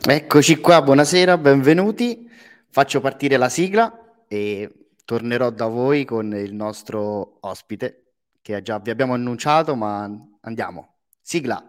Eccoci qua, buonasera, benvenuti. Faccio partire la sigla e tornerò da voi con il nostro ospite che già vi abbiamo annunciato, ma andiamo. Sigla.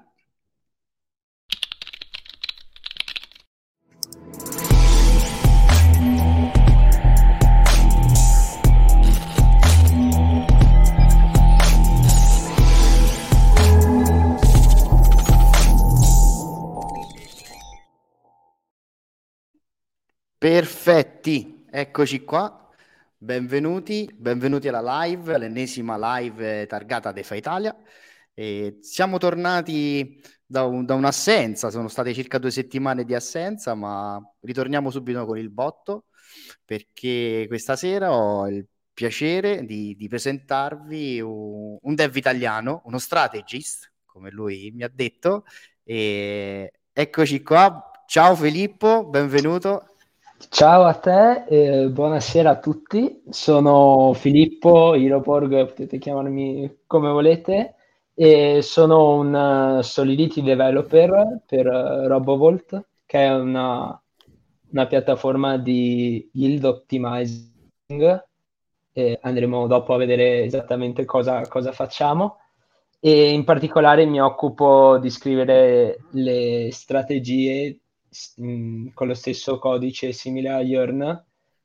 Perfetti, eccoci qua. Benvenuti alla live, all'ennesima live targata Defa Italia. E siamo tornati da un'assenza, sono state circa 2 settimane di assenza, ma ritorniamo subito con il botto perché questa sera ho il piacere di presentarvi un dev italiano, uno strategist, come lui mi ha detto. E eccoci qua. Ciao Filippo, benvenuto. Ciao a te e buonasera a tutti. Sono Filippo Iroborg, potete chiamarmi come volete, e sono un Solidity developer per RoboVault, che è una piattaforma di yield optimizing. E andremo dopo a vedere esattamente cosa facciamo. E in particolare mi occupo di scrivere le strategie con lo stesso codice simile a Yearn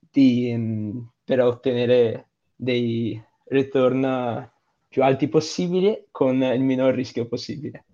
per ottenere dei return più alti possibili con il minor rischio possibile.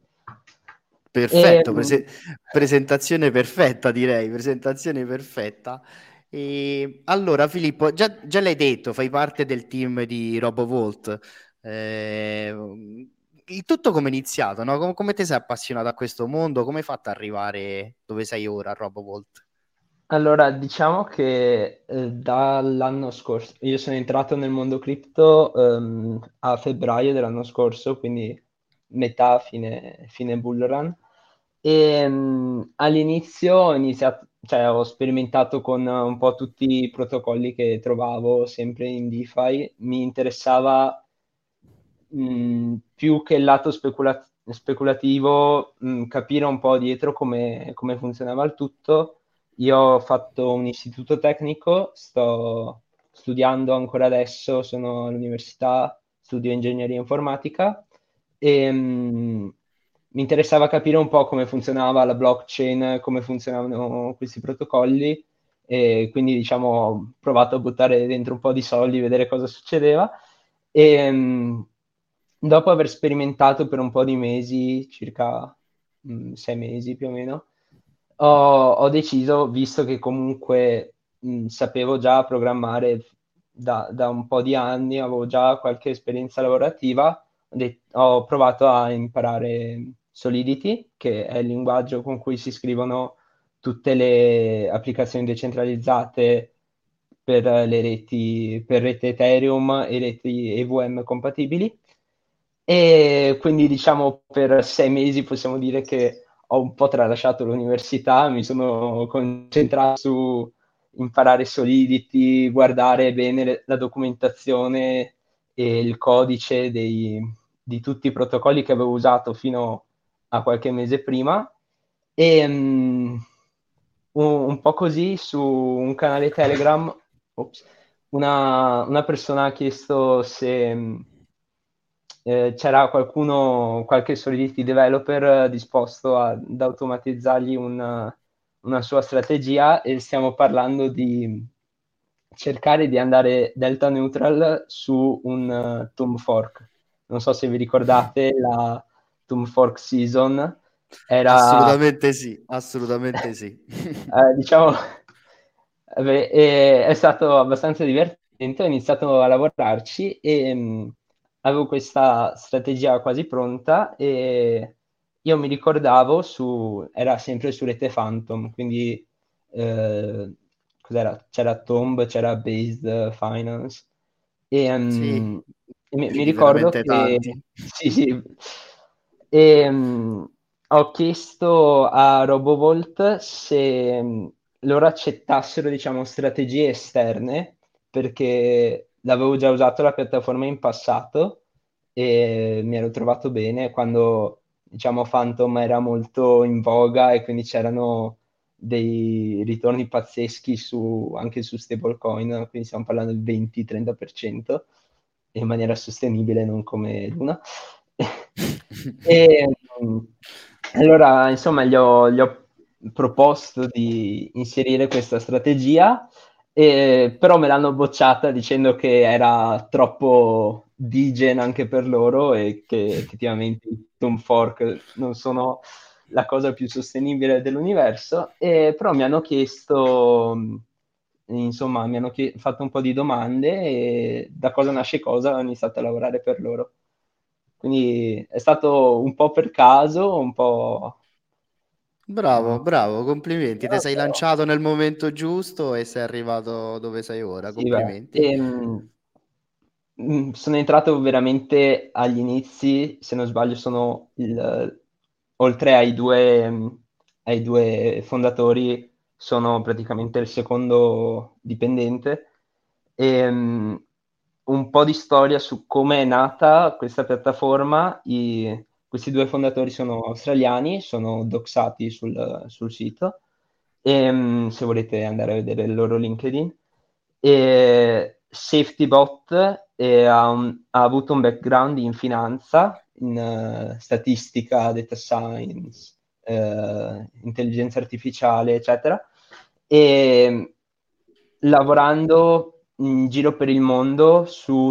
E, Perfetto, presentazione perfetta, direi, presentazione perfetta. E allora, Filippo, già l'hai detto, fai parte del team di RoboVault. Eh, il tutto come è iniziato, no? Come ti sei appassionato a questo mondo? Come hai fatto ad arrivare dove sei ora a RoboVault? allora, diciamo che dall'anno scorso, io sono entrato nel mondo cripto a febbraio dell'anno scorso, quindi metà, fine bull run. E all'inizio ho iniziato, cioè ho sperimentato con un po' tutti i protocolli che trovavo sempre in DeFi. Mi interessava più che il lato speculativo, capire un po' dietro come funzionava il tutto. Io ho fatto un istituto tecnico, sto studiando ancora adesso, sono all'università, studio ingegneria informatica e mi interessava capire un po' come funzionava la blockchain, come funzionavano questi protocolli e quindi diciamo ho provato a buttare dentro un po' di soldi, vedere cosa succedeva e dopo aver sperimentato per un po' di mesi, circa 6 mesi più o meno, ho deciso, visto che comunque sapevo già programmare da un po' di anni, avevo già qualche esperienza lavorativa, ho provato a imparare Solidity, che è il linguaggio con cui si scrivono tutte le applicazioni decentralizzate per le reti, per rete Ethereum e reti EVM compatibili. E quindi diciamo per 6 mesi possiamo dire che ho un po' tralasciato l'università, mi sono concentrato su imparare Solidity, guardare bene la documentazione e il codice di tutti i protocolli che avevo usato fino a qualche mese prima. E un po' così su un canale Telegram, ops, una persona ha chiesto se c'era qualcuno, qualche Solidity developer disposto ad automatizzargli una sua strategia e stiamo parlando di cercare di andare delta neutral su un Tomb Fork. Non so se vi ricordate la Tomb Fork Season, era Assolutamente sì, assolutamente sì. diciamo, è stato abbastanza divertente, ho iniziato a lavorarci e avevo questa strategia quasi pronta e io mi ricordavo era sempre su Rete Phantom, quindi cos'era? C'era Tomb, c'era Based Finance e Sì, mi vedi ricordo veramente che tanti. sì, sì, e ho chiesto a RoboVault se loro accettassero, diciamo, strategie esterne, perché l'avevo già usato la piattaforma in passato e mi ero trovato bene quando, diciamo, Phantom era molto in voga e quindi c'erano, dei ritorni pazzeschi anche su stablecoin, quindi stiamo parlando del 20-30% in maniera sostenibile, non come Luna. E allora, insomma, gli ho proposto di inserire questa strategia, però me l'hanno bocciata dicendo che era troppo digen anche per loro e che effettivamente i Tom Fork non sono la cosa più sostenibile dell'universo, però mi hanno chiesto, insomma, fatto un po' di domande e da cosa nasce cosa ho iniziato a lavorare per loro. Quindi è stato un po' per caso, un po'... Bravo, no, bravo, complimenti. Ti sei però, lanciato nel momento giusto e sei arrivato dove sei ora. sì, beh. Complimenti. Sono entrato veramente agli inizi, se non sbaglio oltre ai due fondatori, sono praticamente il secondo dipendente. Un po' di storia su come è nata questa piattaforma. Questi due fondatori sono australiani, sono doxati sul sito, se volete andare a vedere il loro LinkedIn. SafetyBot ha avuto un background in finanza, in statistica, data science, intelligenza artificiale, eccetera, e lavorando in giro per il mondo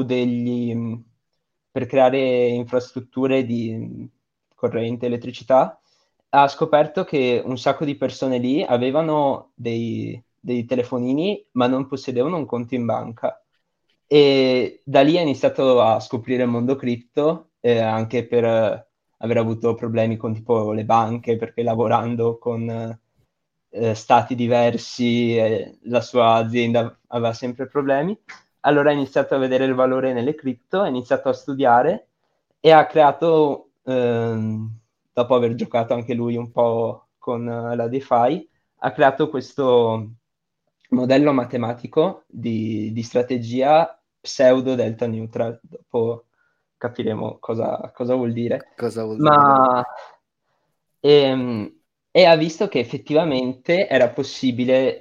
per creare infrastrutture di corrente, elettricità, ha scoperto che un sacco di persone lì avevano dei telefonini, ma non possedevano un conto in banca. E da lì ha iniziato a scoprire il mondo cripto, anche per aver avuto problemi con tipo le banche, perché lavorando con stati diversi, la sua azienda aveva sempre problemi. Allora ha iniziato a vedere il valore nelle cripto, ha iniziato a studiare e ha creato, dopo aver giocato anche lui un po' con la DeFi, ha creato questo modello matematico di strategia pseudo delta neutral. Dopo capiremo cosa vuol dire. Cosa vuol dire? Ma ehm, e ha visto che effettivamente era possibile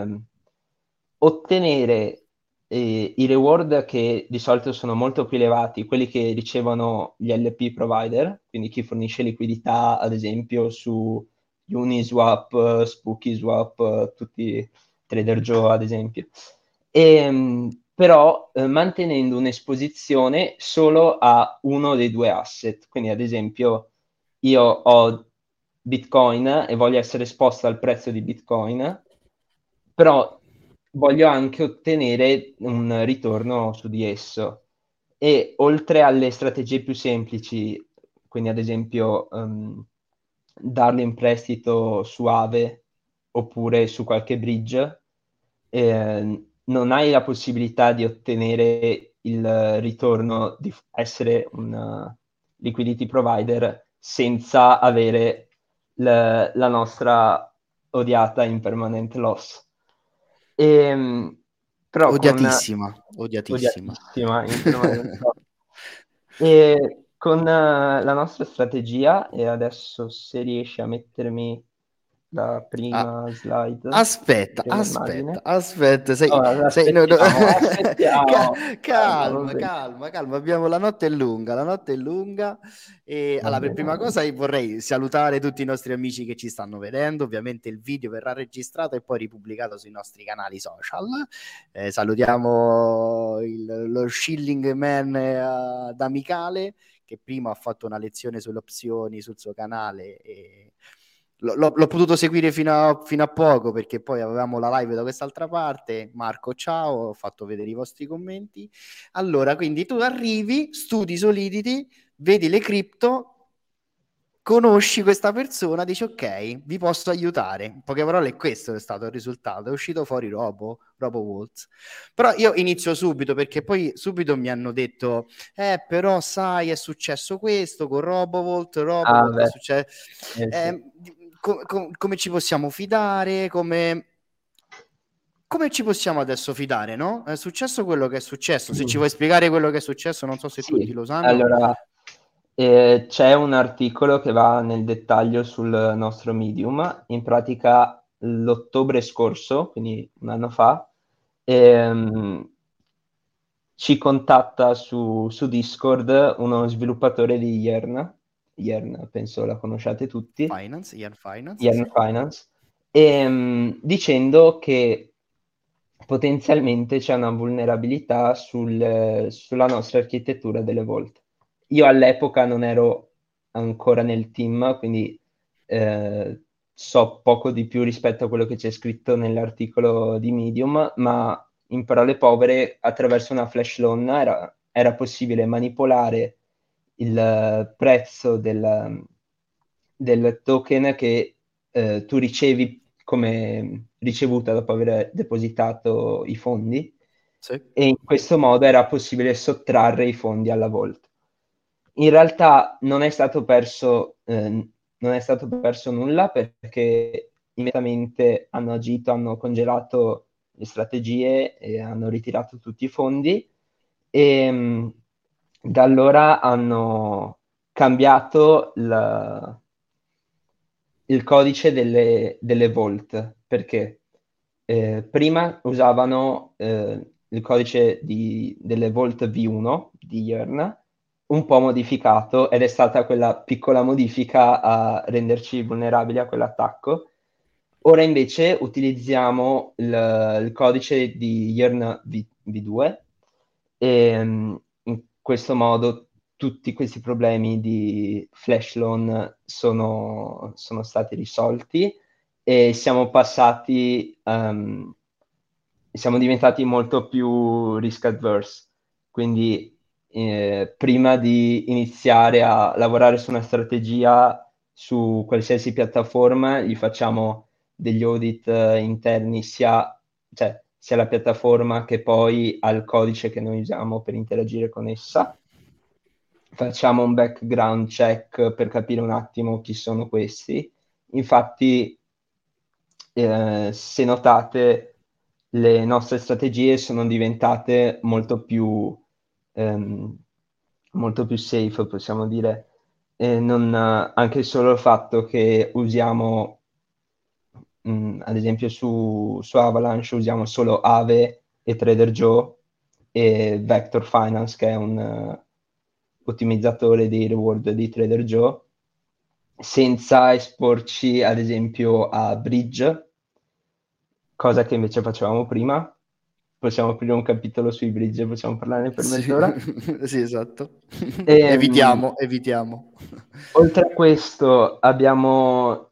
ottenere i reward che di solito sono molto più elevati, quelli che ricevono gli LP provider, quindi chi fornisce liquidità, ad esempio, su Uniswap, SpookySwap, tutti Trader Joe, ad esempio. Però mantenendo un'esposizione solo a uno dei due asset. Quindi, ad esempio, io ho Bitcoin e voglio essere esposto al prezzo di Bitcoin, però voglio anche ottenere un ritorno su di esso. E oltre alle strategie più semplici, quindi ad esempio darlo in prestito su Aave oppure su qualche bridge, non hai la possibilità di ottenere il ritorno di essere un liquidity provider senza avere la nostra odiata impermanent loss. Però con Odiatissima, odiatissima. odiatissima impermanent loss. E con la nostra strategia, e adesso se riesci a mettermi la Ah, prima slide, la aspetta, prima aspetta, immagine. aspetta, Allora, no, no. aspettiamo. Va Calma, bene. calma, calma, abbiamo la notte è lunga, la notte è lunga. E Va allora, per bene, va prima bene. cosa io vorrei salutare tutti i nostri amici che ci stanno vedendo. Ovviamente il video verrà registrato e poi ripubblicato sui nostri canali social. Salutiamo lo Shilling Man da Micale, che prima ha fatto una lezione sulle opzioni sul suo canale e l'ho potuto seguire fino a poco perché poi avevamo la live da quest'altra parte. Marco, ciao, ho fatto vedere i vostri commenti. Allora, quindi tu arrivi, studi Solidity, vedi le cripto, conosci questa persona, dici ok, vi posso aiutare. In poche parole, questo è stato il risultato. È uscito fuori RoboWaltz. Però io inizio subito perché poi subito mi hanno detto, però sai, è successo questo con Ah, RoboVault è beh, successo. sì. Come ci possiamo fidare? Come ci possiamo adesso fidare, no? È successo quello che è successo. Se ci vuoi spiegare quello che è successo, non so se tutti Sì, lo sanno. allora c'è un articolo che va nel dettaglio sul nostro Medium. In pratica l'ottobre scorso, quindi un anno fa, ehm, ci contatta su Discord uno sviluppatore di Yearn. Yearn penso la conosciate tutti, Finance, Ian Finance, Yearn sì. Finance, dicendo che potenzialmente c'è una vulnerabilità sulla nostra architettura delle Vault. Io all'epoca non ero ancora nel team, quindi so poco di più rispetto a quello che c'è scritto nell'articolo di Medium, ma in parole povere, attraverso una flash loan era possibile manipolare il prezzo del token che tu ricevi come ricevuta dopo aver depositato i fondi, Sì. e in questo modo era possibile sottrarre i fondi alla Vault. In realtà non è stato perso nulla, perché immediatamente hanno agito, hanno congelato le strategie e hanno ritirato tutti i fondi, e da allora hanno cambiato il codice delle Vault, perché prima usavano il codice delle Vault V1 di Yearn, un po' modificato, ed è stata quella piccola modifica a renderci vulnerabili a quell'attacco. Ora invece utilizziamo il codice di Yearn V2, e in questo modo tutti questi problemi di flash loan sono stati risolti, e siamo diventati molto più risk adverse. Quindi prima di iniziare a lavorare su una strategia su qualsiasi piattaforma, gli facciamo degli audit interni sia la piattaforma che poi al codice che noi usiamo per interagire con essa. Facciamo un background check per capire un attimo chi sono questi. Infatti, se notate, le nostre strategie sono diventate molto più safe, possiamo dire. Anche solo il fatto che usiamo, ad esempio su Avalanche, usiamo solo Aave e Trader Joe e Vector Finance, che è un ottimizzatore dei reward di Trader Joe, senza esporci ad esempio a Bridge, cosa che invece facevamo prima. Possiamo aprire un capitolo sui Bridge, possiamo parlarne per Sì, mezz'ora. sì, esatto. Ehm, Evitiamo, evitiamo. Oltre a questo abbiamo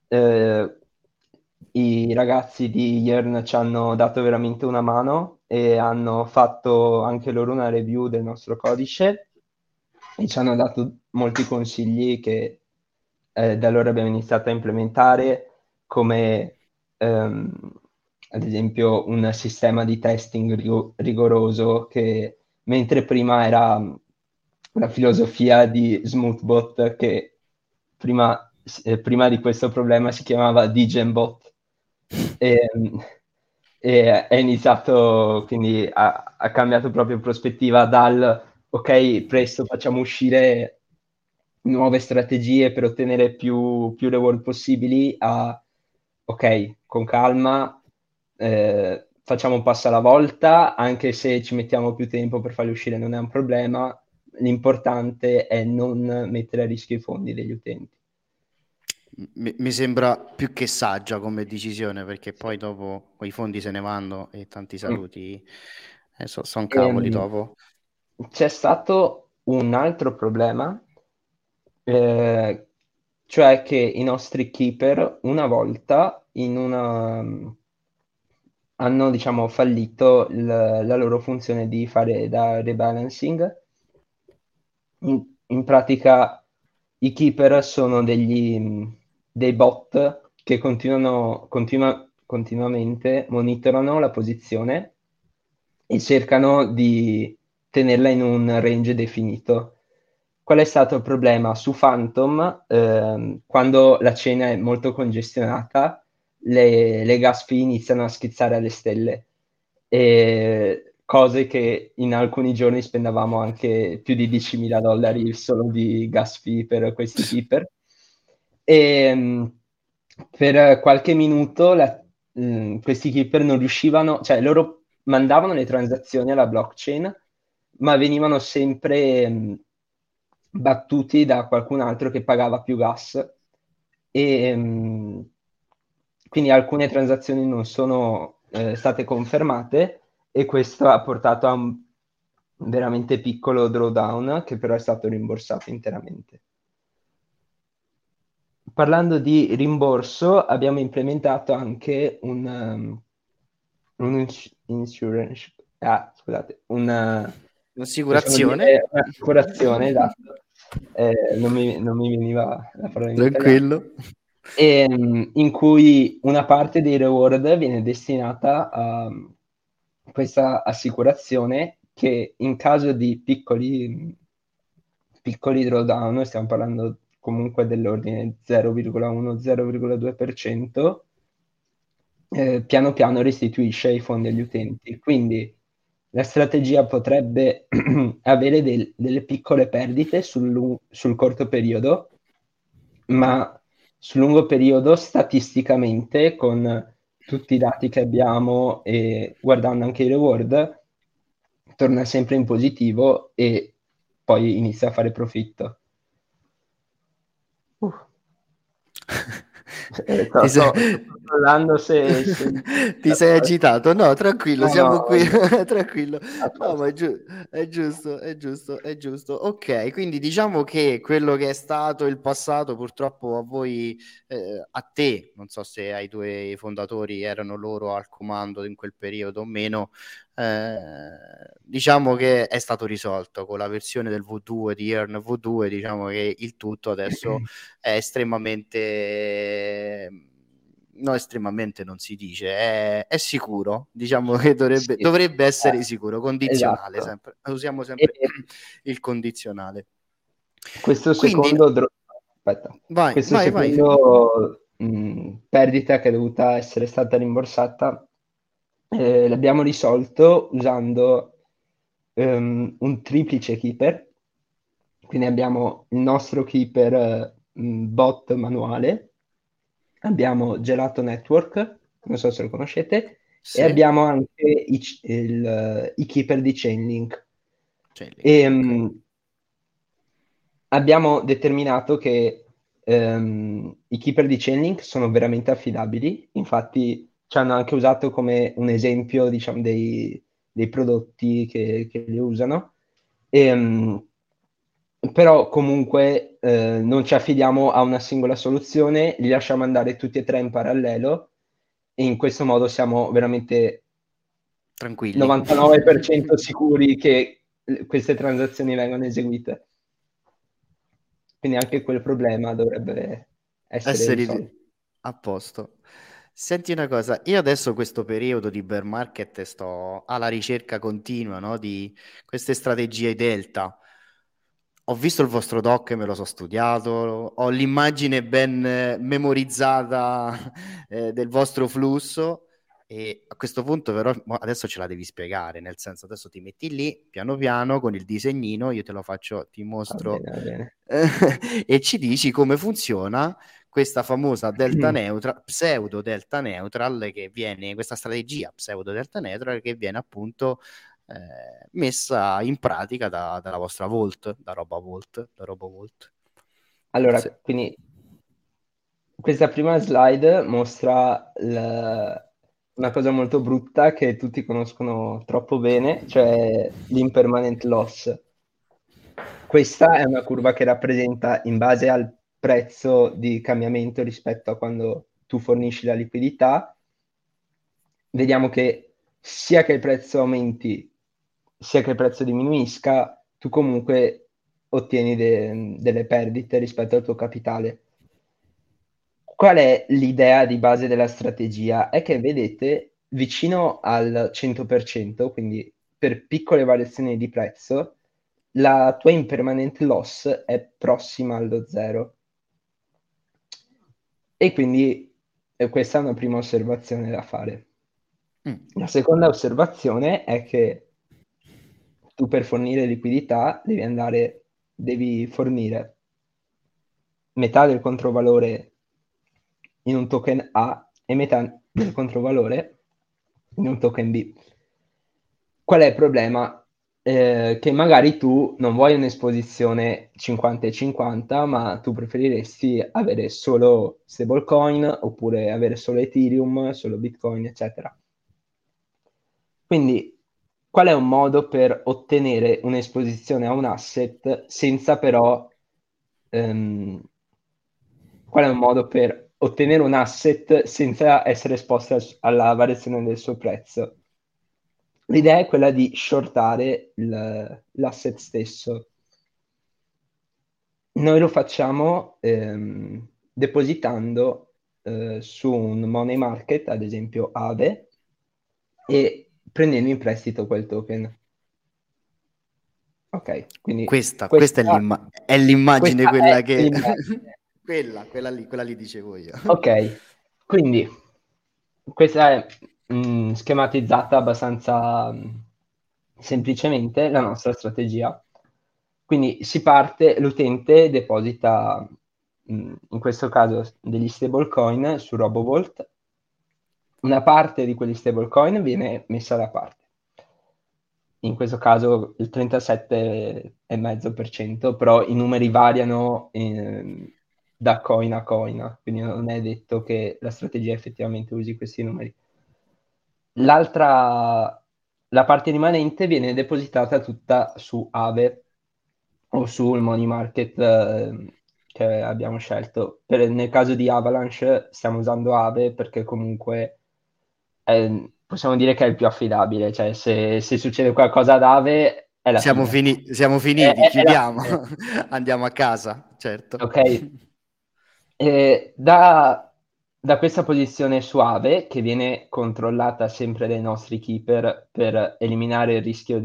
i ragazzi di Yearn ci hanno dato veramente una mano e hanno fatto anche loro una review del nostro codice e ci hanno dato molti consigli che da allora abbiamo iniziato a implementare, come ad esempio un sistema di testing rigoroso, che mentre prima era la filosofia di Smoothbot, che prima di questo problema si chiamava DGenBot, e, e è iniziato, quindi ha cambiato proprio prospettiva dal ok, presto facciamo uscire nuove strategie per ottenere più reward possibili, a ok, con calma, facciamo un passo alla volta, anche se ci mettiamo più tempo per farli uscire non è un problema, l'importante è non mettere a rischio i fondi degli utenti. Mi sembra più che saggia come decisione, perché poi dopo i fondi se ne vanno e tanti Mm. saluti, sono cavoli Ehm, dopo. C'è stato un altro problema, eh, cioè che i nostri keeper una volta hanno, diciamo, fallito la loro funzione di fare da rebalancing. In pratica i keeper sono dei bot che continuamente monitorano la posizione e cercano di tenerla in un range definito. Qual è stato il problema? Su Phantom, quando la cena è molto congestionata, le gas fee iniziano a schizzare alle stelle, e cose che in alcuni giorni spendevamo anche più di $10.000 solo di gas fee per questi keeper. E per qualche minuto questi keeper non riuscivano, cioè loro mandavano le transazioni alla blockchain, ma venivano sempre battuti da qualcun altro che pagava più gas e quindi alcune transazioni non sono state confermate e questo ha portato a un veramente piccolo drawdown che però è stato rimborsato interamente. Parlando di rimborso, abbiamo implementato anche insurance, scusate, possiamo Un'assicurazione. dire un'assicurazione, esatto. Non mi veniva la parola in italiano. Tranquillo. In cui una parte dei reward viene destinata a questa assicurazione che in caso di piccoli drawdown, stiamo parlando comunque dell'ordine 0,1-0,2%, piano piano restituisce i fondi agli utenti. Quindi la strategia potrebbe avere delle piccole perdite sul corto periodo, ma sul lungo periodo, statisticamente, con tutti i dati che abbiamo e guardando anche i reward, torna sempre in positivo e poi inizia a fare profitto. Ti sei... Sto controllando se... Ti sei agitato? No, tranquillo, No, no, siamo qui. vabbè, Tranquillo. a No, ma posto. è giusto, è giusto, è giusto. Ok, quindi diciamo che quello che è stato il passato, purtroppo a voi, a te, non so se ai tuoi fondatori erano loro al comando in quel periodo o meno, diciamo che è stato risolto con la versione del V2 di Earn V2, diciamo che il tutto adesso è estremamente, no, estremamente non si dice, è sicuro, diciamo che Sì, dovrebbe essere sicuro, condizionale, esatto. sempre, usiamo E sempre il condizionale. questo Quindi, secondo, aspetta, vai, questo vai, vai. secondo perdita che è dovuta essere stata rimborsata, l'abbiamo risolto usando un triplice keeper. Quindi abbiamo il nostro keeper bot manuale, abbiamo Gelato Network, non so se lo conoscete, e Sì, abbiamo anche i keeper di Chainlink. c'è il link, E, ok. abbiamo determinato che i keeper di Chainlink sono veramente affidabili, infatti ci hanno anche usato come un esempio, diciamo, dei prodotti che li usano. Però comunque non ci affidiamo a una singola soluzione, li lasciamo andare tutti e tre in parallelo e in questo modo siamo veramente Tranquilli. 99% sicuri che queste transazioni vengano eseguite. Quindi anche quel problema dovrebbe essere Essere risolto. a posto. Senti una cosa, io adesso questo periodo di bear market sto alla ricerca continua, no, di queste strategie delta. Ho visto il vostro doc e me lo so studiato, ho l'immagine ben memorizzata del vostro flusso e a questo punto però adesso ce la devi spiegare, nel senso adesso ti metti lì piano piano con il disegnino, io te lo faccio, ti Va mostro bene, va bene. e ci dici come funziona questa famosa delta neutral, pseudo delta neutral che viene, questa strategia pseudo delta neutral che viene appunto messa in pratica dalla vostra Volt, da RoboVolt. Allora, Forse quindi questa prima slide mostra una cosa molto brutta che tutti conoscono troppo bene, cioè l'impermanent loss. Questa è una curva che rappresenta in base al prezzo di cambiamento rispetto a quando tu fornisci la liquidità. Vediamo che sia che il prezzo aumenti, sia che il prezzo diminuisca, tu comunque ottieni delle perdite rispetto al tuo capitale. Qual è l'idea di base della strategia? È che vedete vicino al 100%, quindi per piccole variazioni di prezzo, la tua impermanent loss è prossima allo zero. E quindi questa è una prima osservazione da fare. mm, La seconda osservazione è che tu per fornire liquidità devi fornire metà del controvalore in un token A e metà del controvalore in un token B. Qual è il problema? Che magari tu non vuoi un'esposizione 50 e 50, ma tu preferiresti avere solo stablecoin oppure avere solo Ethereum, solo Bitcoin, eccetera. Quindi, qual è un modo per ottenere un'esposizione a un asset senza però... qual è un modo per ottenere un asset senza essere esposti alla variazione del suo prezzo? L'idea è quella di shortare l'asset stesso. Noi lo facciamo depositando su un money market, ad esempio Aave, e prendendo in prestito quel token. Ok, quindi Questa è l'immagine questa quella è che... l'immagine. quella lì dicevo io. Ok, quindi questa è schematizzata abbastanza semplicemente la nostra strategia. Quindi si parte, l'utente deposita, in questo caso, degli stablecoin su RoboVault. Una parte di quegli stablecoin viene messa da parte. In questo caso il 37,5%, però i numeri variano da coin a coin, quindi non è detto che la strategia effettivamente usi questi numeri. La parte rimanente viene depositata tutta su Aave o sul money market che abbiamo scelto. Nel caso di Avalanche stiamo usando Aave perché comunque possiamo dire che è il più affidabile, cioè se succede qualcosa ad Aave è la fine. Siamo È, finiti, è la chiudiamo, fine. andiamo a casa, certo. Ok, da questa posizione suave, che viene controllata sempre dai nostri keeper per eliminare il rischio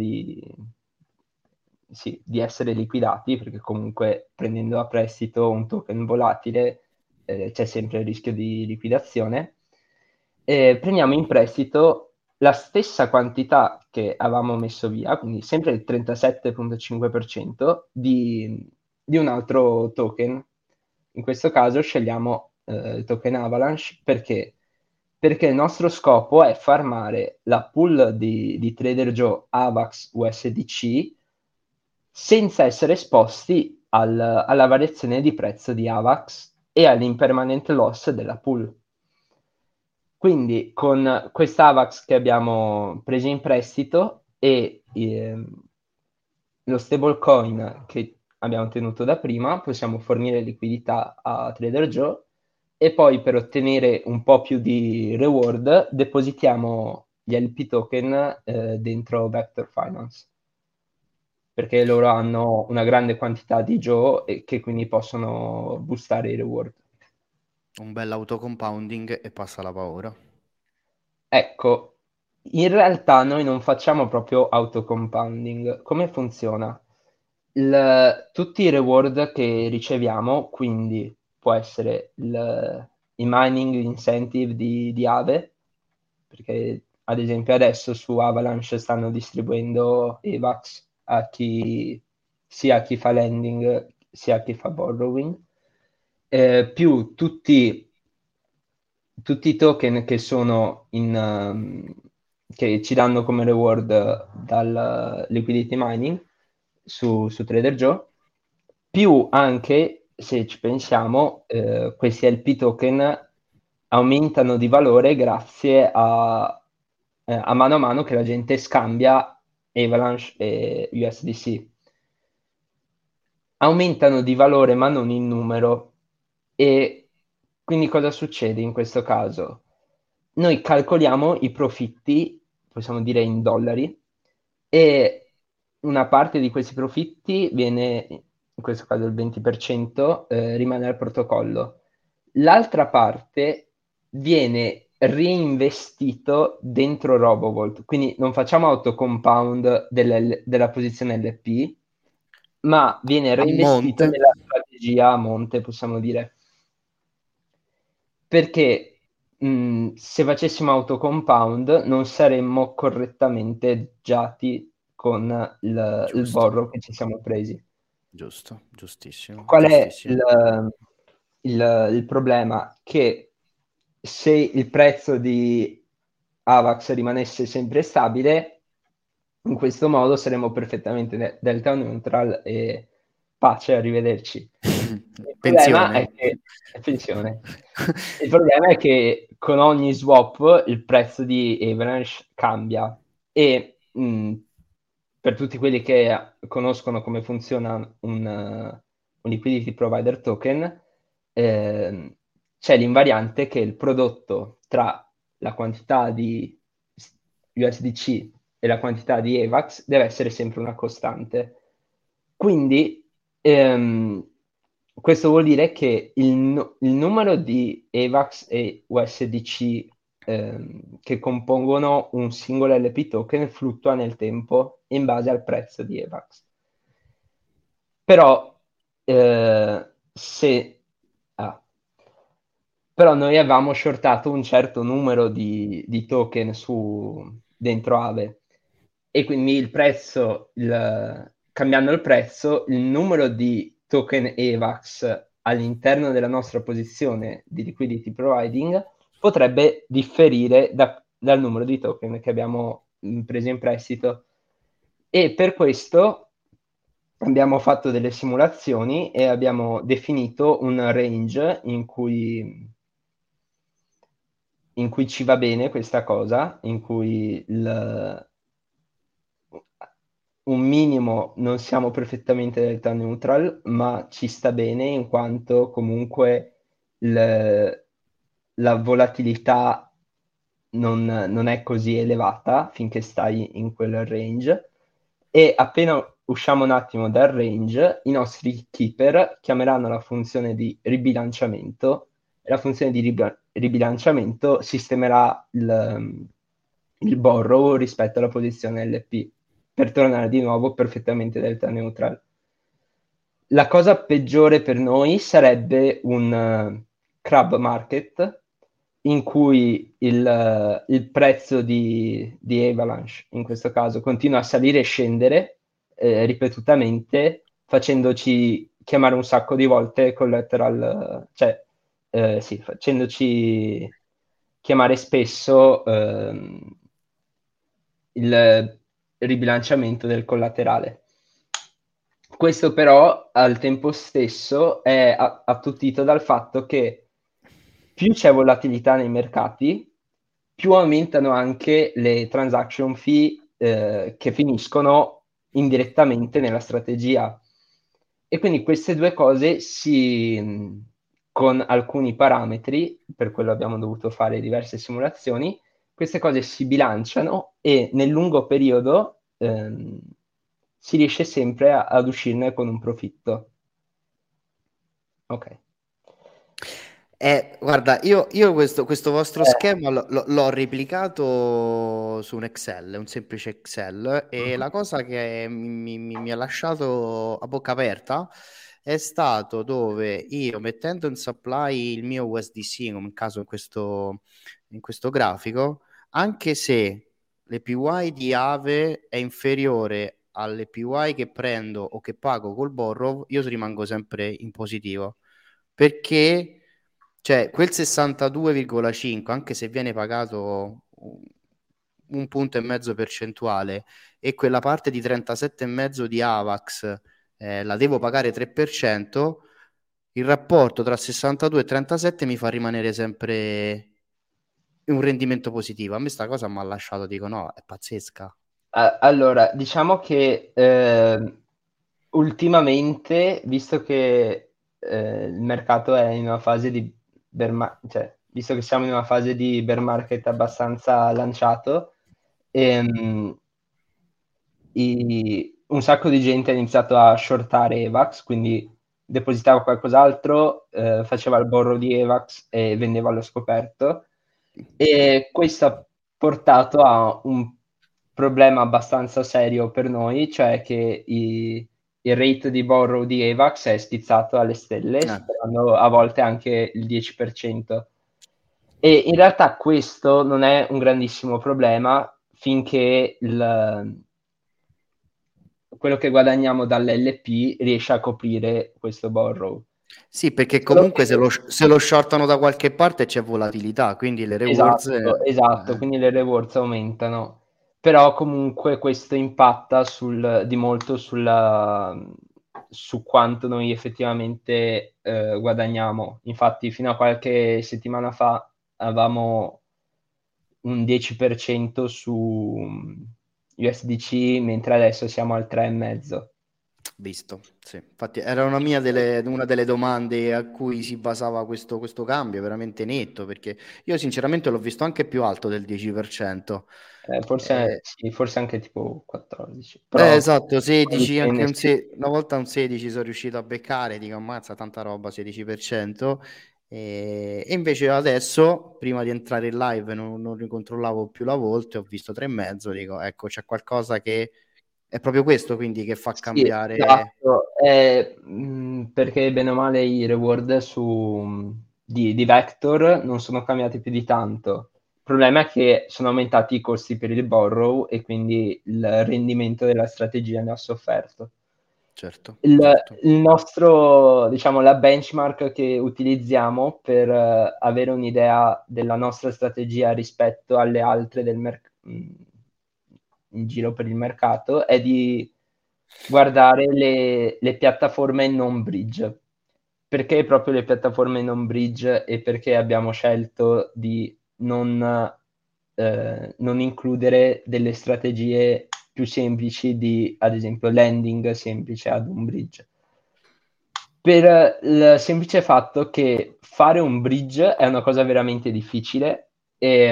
di essere liquidati, perché comunque prendendo a prestito un token volatile c'è sempre il rischio di liquidazione, prendiamo in prestito la stessa quantità che avevamo messo via, quindi sempre il 37,5% di un altro token. In questo caso scegliamo il token Avalanche perché il nostro scopo è farmare la pool di Trader Joe AVAX USDC senza essere esposti alla variazione di prezzo di AVAX e all'impermanent loss della pool. Quindi con questa AVAX che abbiamo preso in prestito e lo stablecoin che abbiamo tenuto da prima, possiamo fornire liquidità a Trader Joe e poi per ottenere un po' più di reward depositiamo gli LP token dentro Vector Finance perché loro hanno una grande quantità di Joe e che quindi possono boostare i reward. Un bel autocompounding e passa la paura. Ecco, in realtà noi non facciamo proprio autocompounding. Come funziona? Tutti i reward che riceviamo, quindi può essere i mining incentive di Aave, perché ad esempio adesso su Avalanche stanno distribuendo EVAX sia a chi fa lending sia a chi fa borrowing, più tutti i token che sono che ci danno come reward dal liquidity mining su Trader Joe, più anche, se ci pensiamo, questi LP token aumentano di valore grazie a mano che la gente scambia Avalanche e USDC. Aumentano di valore ma non in numero. E quindi cosa succede in questo caso? Noi calcoliamo i profitti, possiamo dire in dollari, e una parte di questi profitti viene, in questo caso il 20%, rimane al protocollo. L'altra parte viene reinvestito dentro RoboVault, quindi non facciamo autocompound della posizione LP, ma viene A reinvestito monte, nella strategia a monte, possiamo dire. Perché se facessimo autocompound non saremmo correttamente edgiati con il giusto, borrow che ci siamo presi. giusto, giustissimo, Qual è giustissimo. il problema? Che se il prezzo di AVAX rimanesse sempre stabile, in questo modo saremo perfettamente delta neutral e pace, arrivederci. Il problema è Pensione. che attenzione, il problema è che con ogni swap il prezzo di Avalanche cambia e per tutti quelli che conoscono come funziona un liquidity provider token, c'è l'invariante che il prodotto tra la quantità di USDC e la quantità di AVAX deve essere sempre una costante. Quindi questo vuol dire che il numero di AVAX e USDC che compongono un singolo LP token fluttua nel tempo in base al prezzo di AVAX. Però se però noi avevamo shortato un certo numero di token dentro Aave e quindi il prezzo, cambiando il prezzo, il numero di token EVAX all'interno della nostra posizione di liquidity providing potrebbe differire dal numero di token che abbiamo preso in prestito. E per questo abbiamo fatto delle simulazioni e abbiamo definito un range in cui ci va bene questa cosa, in cui un minimo non siamo perfettamente delta neutral, ma ci sta bene in quanto comunque la volatilità non è così elevata finché stai in quel range e appena usciamo un attimo dal range, i nostri keeper chiameranno la funzione di ribilanciamento e la funzione di ribilanciamento sistemerà il borrow rispetto alla posizione LP per tornare di nuovo perfettamente delta neutral. La cosa peggiore per noi sarebbe un crab market in cui il prezzo di Avalanche, in questo caso, continua a salire e scendere ripetutamente, facendoci chiamare un sacco di volte collateral, cioè sì, facendoci chiamare spesso il ribilanciamento del collaterale. Questo però al tempo stesso è attutito dal fatto che più c'è volatilità nei mercati, più aumentano anche le transaction fee che finiscono indirettamente nella strategia. E quindi queste due cose con alcuni parametri, per quello abbiamo dovuto fare diverse simulazioni, queste cose si bilanciano e nel lungo periodo si riesce sempre ad uscirne con un profitto. Ok. Guarda, io questo vostro schema l'ho replicato su un Excel, un semplice Excel, e la cosa che mi ha lasciato a bocca aperta è stato dove io, mettendo in supply il mio USDC, come in caso in questo grafico, anche se l'APY di Aave è inferiore all'APY che prendo o che pago col borrow, io rimango sempre in positivo perché cioè, quel 62,5, anche se viene pagato un punto e mezzo percentuale e quella parte di 37,5 di Avax la devo pagare 3%, il rapporto tra 62 e 37 mi fa rimanere sempre un rendimento positivo. A me sta cosa mi ha lasciato, dico no, è pazzesca. Allora, diciamo che ultimamente, visto che il mercato è in una fase di cioè, visto che siamo in una fase di bear market abbastanza lanciato, un sacco di gente ha iniziato a shortare Evax, quindi depositava qualcos'altro, faceva il borrow di Evax e vendeva allo scoperto. E questo ha portato a un problema abbastanza serio per noi, cioè che il rate di borrow di Evax è stizzato alle stelle, Eh. superando a volte anche il 10%. E in realtà questo non è un grandissimo problema finché quello che guadagniamo dall'LP riesce a coprire questo borrow. Sì, perché Solo comunque che se lo shortano da qualche parte c'è volatilità, quindi le rewards... esatto, quindi le rewards aumentano, però comunque questo impatta di molto su quanto noi effettivamente guadagniamo. Infatti fino a qualche settimana fa avevamo un 10% su USDC, mentre adesso siamo al 3,5%. Visto, sì. Infatti era una delle domande a cui si basava questo cambio, veramente netto, perché io sinceramente l'ho visto anche più alto del 10%. Forse, Eh, sì, forse anche tipo 14, però esatto, 16, dipende. Sì. una volta un 16 sono riuscito a beccare, dico ammazza, tanta roba, 16%. E invece adesso, prima di entrare in live, non ricontrollavo più la volta e ho visto 3,5, dico ecco, c'è qualcosa che è proprio questo quindi che fa Sì, cambiare. esatto, perché bene o male i reward di Vector non sono cambiati più di tanto. Il problema è che sono aumentati i costi per il borrow e quindi il rendimento della strategia ne ha sofferto. Certo, Il, certo. il nostro, diciamo, la benchmark che utilizziamo per avere un'idea della nostra strategia rispetto alle altre in giro per il mercato è di guardare le piattaforme non bridge. Perché proprio le piattaforme non bridge e perché abbiamo scelto di non includere delle strategie più semplici di, ad esempio, lending semplice ad un bridge? Per il semplice fatto che fare un bridge è una cosa veramente difficile e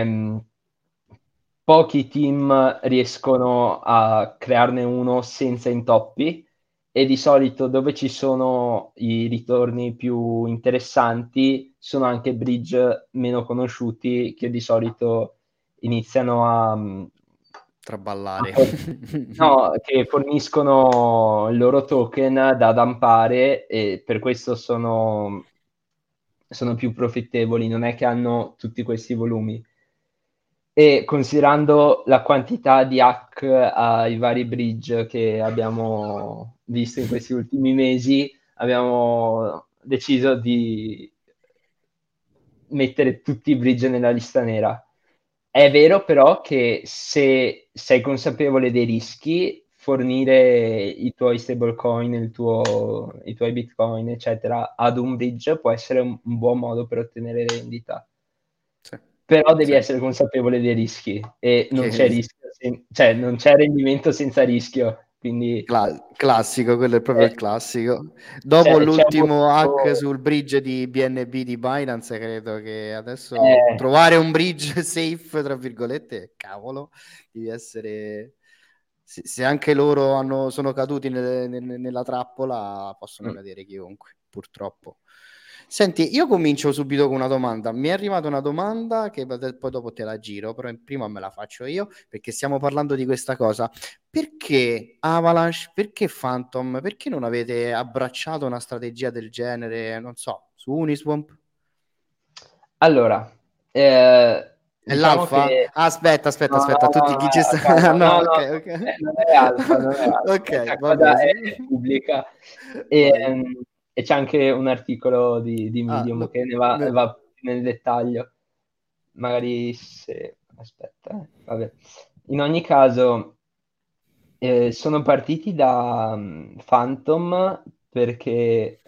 pochi team riescono a crearne uno senza intoppi e di solito dove ci sono i ritorni più interessanti sono anche bridge meno conosciuti che di solito iniziano Traballare. no, che forniscono il loro token da dampare e per questo sono più profittevoli, non è che hanno tutti questi volumi. E considerando la quantità di hack ai vari bridge che abbiamo visto in questi ultimi mesi, abbiamo deciso di mettere tutti i bridge nella lista nera. È vero però che se sei consapevole dei rischi, fornire i tuoi stablecoin, i tuoi bitcoin, eccetera, ad un bridge può essere un buon modo per ottenere rendita. Sì, Però devi sì. essere consapevole dei rischi e non c'è Che- rischio, cioè non c'è rendimento senza rischio. Quindi classico, quello è proprio il eh, classico. Dopo c'è l'ultimo hack molto. sul bridge di BNB di Binance, credo che adesso eh, trovare un bridge safe, tra virgolette, cavolo, devi essere... Se anche loro sono caduti nella trappola, possono mm, cadere chiunque, purtroppo. Senti, io comincio subito con una domanda. Mi è arrivata una domanda che poi dopo te la giro, però prima me la faccio io perché stiamo parlando di questa cosa. Perché Avalanche, perché Phantom, perché non avete abbracciato una strategia del genere, non so, su Uniswamp? Allora, È diciamo l'alfa? che Ah, aspetta, aspetta, no, aspetta, no, no, tutti no, chi ci sta... calma, no, No, no, ok, ok. non è alfa, non è alfa, Ok, questa va cosa bene. è pubblica Vai. e c'è anche un articolo di Ah, Medium no, che va più nel dettaglio. Magari se... aspetta, vabbè. In ogni caso, sono partiti da Phantom perché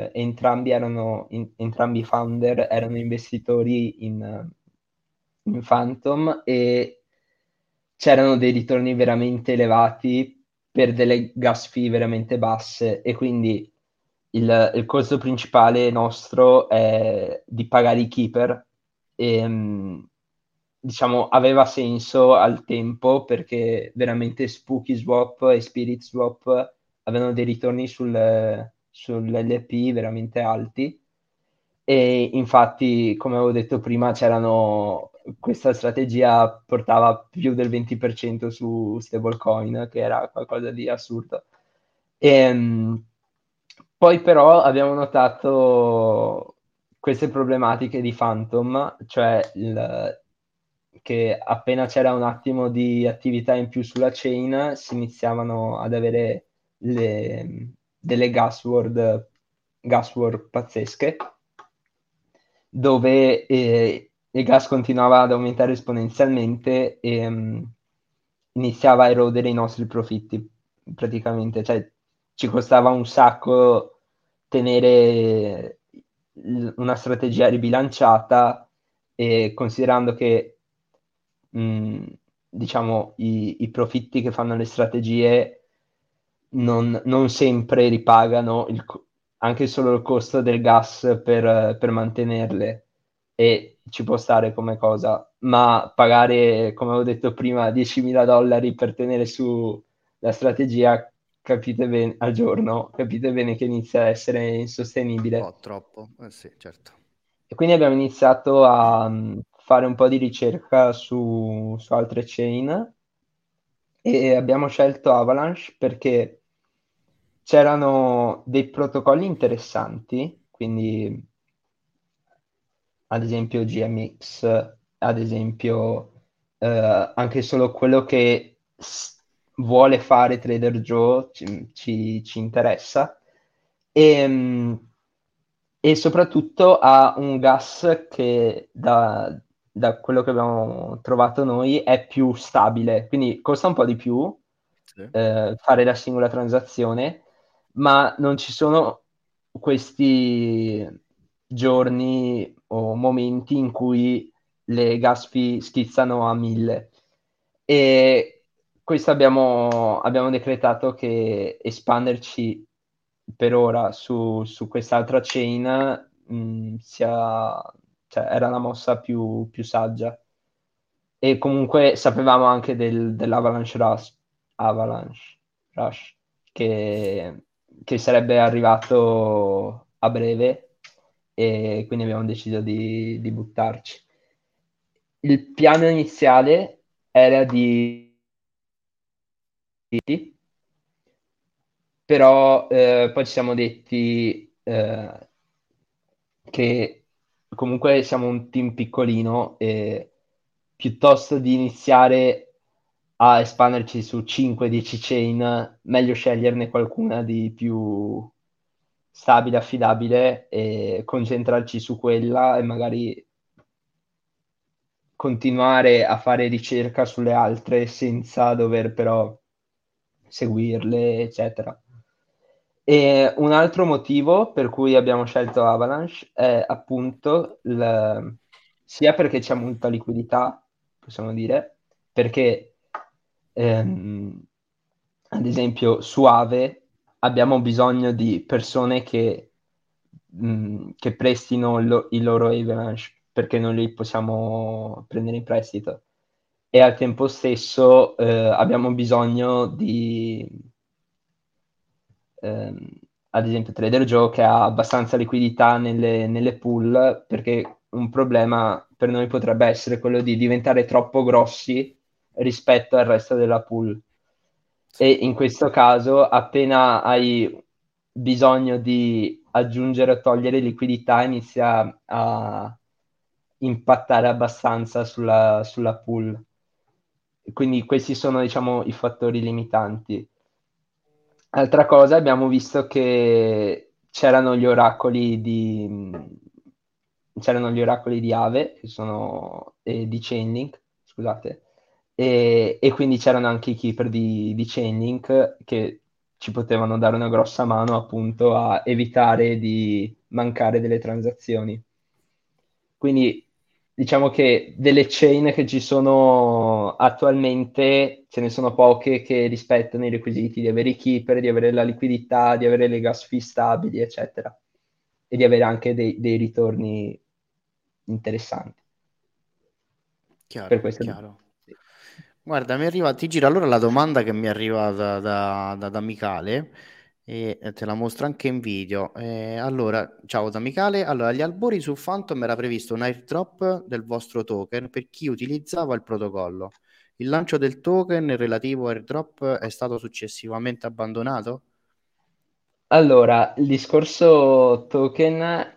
entrambi i founder erano investitori in Phantom e c'erano dei ritorni veramente elevati per delle gas fee veramente basse e quindi il costo principale nostro è di pagare i keeper e diciamo aveva senso al tempo perché veramente Spooky Swap e Spirit Swap avevano dei ritorni sull'LP veramente alti e infatti come avevo detto prima questa strategia portava più del 20% su stablecoin che era qualcosa di assurdo. Poi però abbiamo notato queste problematiche di Phantom, cioè che appena c'era un attimo di attività in più sulla chain si iniziavano ad avere delle gas word gas war pazzesche, dove il gas continuava ad aumentare esponenzialmente e iniziava a erodere i nostri profitti, praticamente. Cioè, ci costava un sacco tenere una strategia ribilanciata, e considerando che diciamo i profitti che fanno le strategie non sempre ripagano anche solo il costo del gas per mantenerle, e ci può stare come cosa, ma pagare, come ho detto prima, $10.000 per tenere su la strategia, capite bene, al giorno, capite bene che inizia a essere Un insostenibile. po' troppo, sì, certo. E quindi abbiamo iniziato a fare un po' di ricerca su altre chain, e abbiamo scelto Avalanche perché c'erano dei protocolli interessanti, quindi ad esempio GMX, ad esempio anche solo quello che vuole fare Trader Joe ci interessa, e soprattutto ha un gas che da quello che abbiamo trovato noi è più stabile, quindi costa un po' di più Sì. fare la singola transazione, ma non ci sono questi giorni o momenti in cui le gas fee schizzano a 1000. E questo abbiamo decretato che espanderci per ora su quest'altra chain cioè, era la mossa più saggia. E comunque sapevamo anche dell'Avalanche Rush che sarebbe arrivato a breve, e quindi abbiamo deciso di buttarci. Il piano iniziale era però poi ci siamo detti che comunque siamo un team piccolino, e piuttosto di iniziare a espanderci su 5-10 chain, meglio sceglierne qualcuna di più stabile, affidabile, e concentrarci su quella, e magari continuare a fare ricerca sulle altre senza dover però seguirle, eccetera. E un altro motivo per cui abbiamo scelto Avalanche è appunto sia perché c'è molta liquidità, possiamo dire, perché ad esempio su Aave abbiamo bisogno di persone che prestino i loro Avalanche, perché non li possiamo prendere in prestito, e al tempo stesso abbiamo bisogno di ehm, ad esempio Trader Joe, che ha abbastanza liquidità nelle pool, perché un problema per noi potrebbe essere quello di diventare troppo grossi rispetto al resto della pool. Sì. E in questo caso, appena hai bisogno di aggiungere o togliere liquidità, inizia a impattare abbastanza sulla pool. Quindi questi sono, diciamo, i fattori limitanti. Altra cosa, abbiamo visto che c'erano gli oracoli di Aave, che sono di Chainlink, scusate, e quindi c'erano anche i keeper di Chainlink che ci potevano dare una grossa mano appunto a evitare di mancare delle transazioni. Quindi diciamo che delle chain che ci sono attualmente ce ne sono poche che rispettano i requisiti di avere i keeper, di avere la liquidità, di avere le gas fee stabili, eccetera, e di avere anche dei ritorni interessanti. Per Chiaro, questo. chiaro. Sì. Guarda, ti giro allora la domanda che mi arriva da Micale e te la mostro anche in video. Allora, ciao da Micale. Allora, agli albori su Phantom era previsto un airdrop del vostro token per chi utilizzava il protocollo. Il lancio del token e il relativo airdrop è stato successivamente abbandonato? Allora, il discorso token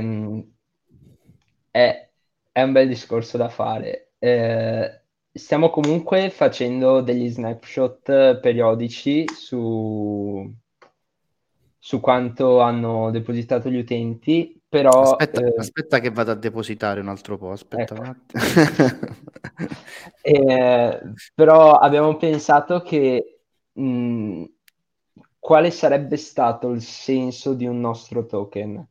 è un bel discorso da fare. Stiamo comunque facendo degli snapshot periodici su quanto hanno depositato gli utenti, però Aspetta che vado a depositare un altro po', aspetta ecco. un attimo. Però abbiamo pensato che quale sarebbe stato il senso di un nostro token?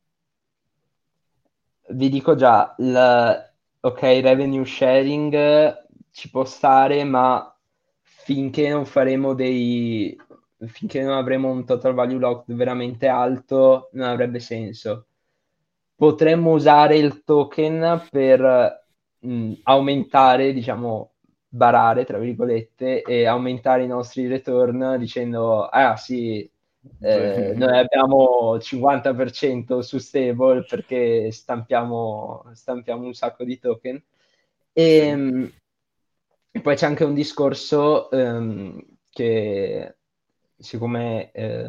Vi dico già, ok, revenue sharing ci può stare, ma finché non faremo finché non avremo un total value locked veramente alto, non avrebbe senso. Potremmo usare il token per aumentare, diciamo, barare, tra virgolette, e aumentare i nostri return dicendo, ah sì, noi abbiamo 50% su stable perché stampiamo un sacco di token. Sì. E poi c'è anche un discorso che siccome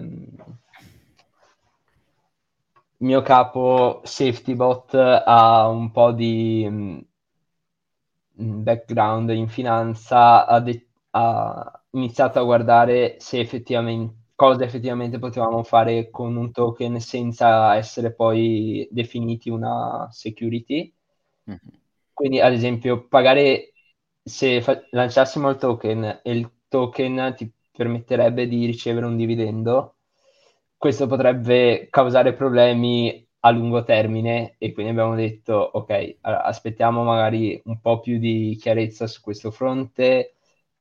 il mio capo SafetyBot ha un po' di background in finanza, ha iniziato a guardare se cosa effettivamente potevamo fare con un token senza essere poi definiti una security. Mhm. Quindi, ad esempio, pagare se lanciassimo il token e il token ti permetterebbe di ricevere un dividendo, questo potrebbe causare problemi a lungo termine e quindi abbiamo detto, ok, aspettiamo magari un po' più di chiarezza su questo fronte,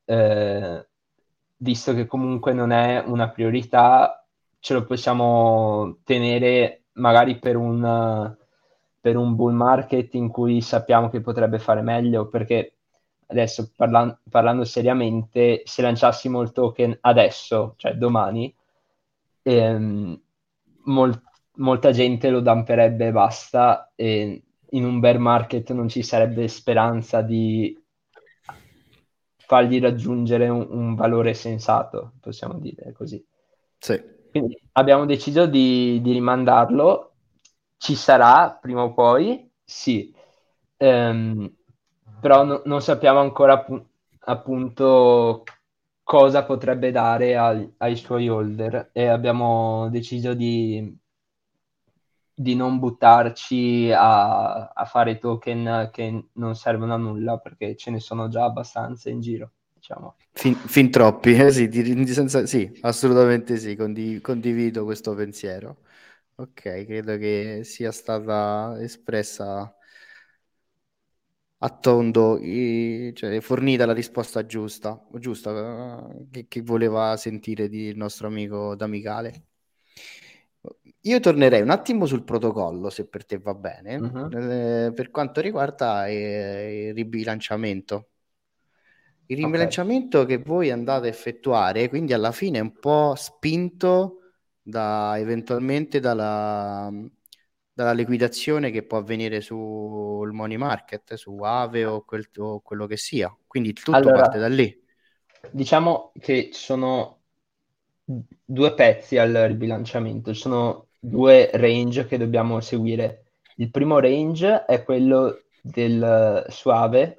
visto che comunque non è una priorità, ce lo possiamo tenere magari per un bull market in cui sappiamo che potrebbe fare meglio, perché adesso parlando seriamente, se lanciassimo il token adesso, cioè domani, ehm, molta gente lo dumperebbe e basta, e in un bear market non ci sarebbe speranza di fargli raggiungere un valore sensato, possiamo dire così. Sì. Quindi abbiamo deciso di rimandarlo, ci sarà prima o poi, sì. Però non sappiamo ancora appunto cosa potrebbe dare ai suoi holder e abbiamo deciso di non buttarci a fare token che non servono a nulla perché ce ne sono già abbastanza in giro, diciamo. Fin troppi, sì, sì, assolutamente sì, condivido questo pensiero. Ok, credo che sia stata espressa a tondo, cioè fornita la risposta giusta, che voleva sentire il nostro amico D'Amicale. Io tornerei un attimo sul protocollo, se per te va bene, Mhm. per quanto riguarda il ribilanciamento. Il Ok. ribilanciamento che voi andate a effettuare, quindi alla fine è un po' spinto eventualmente dalla liquidazione che può avvenire sul money market, su Aave o quello che sia. Quindi il tutto parte Allora, da lì. diciamo che ci sono due pezzi al ribilanciamento, ci sono due range che dobbiamo seguire. Il primo range è quello del suave,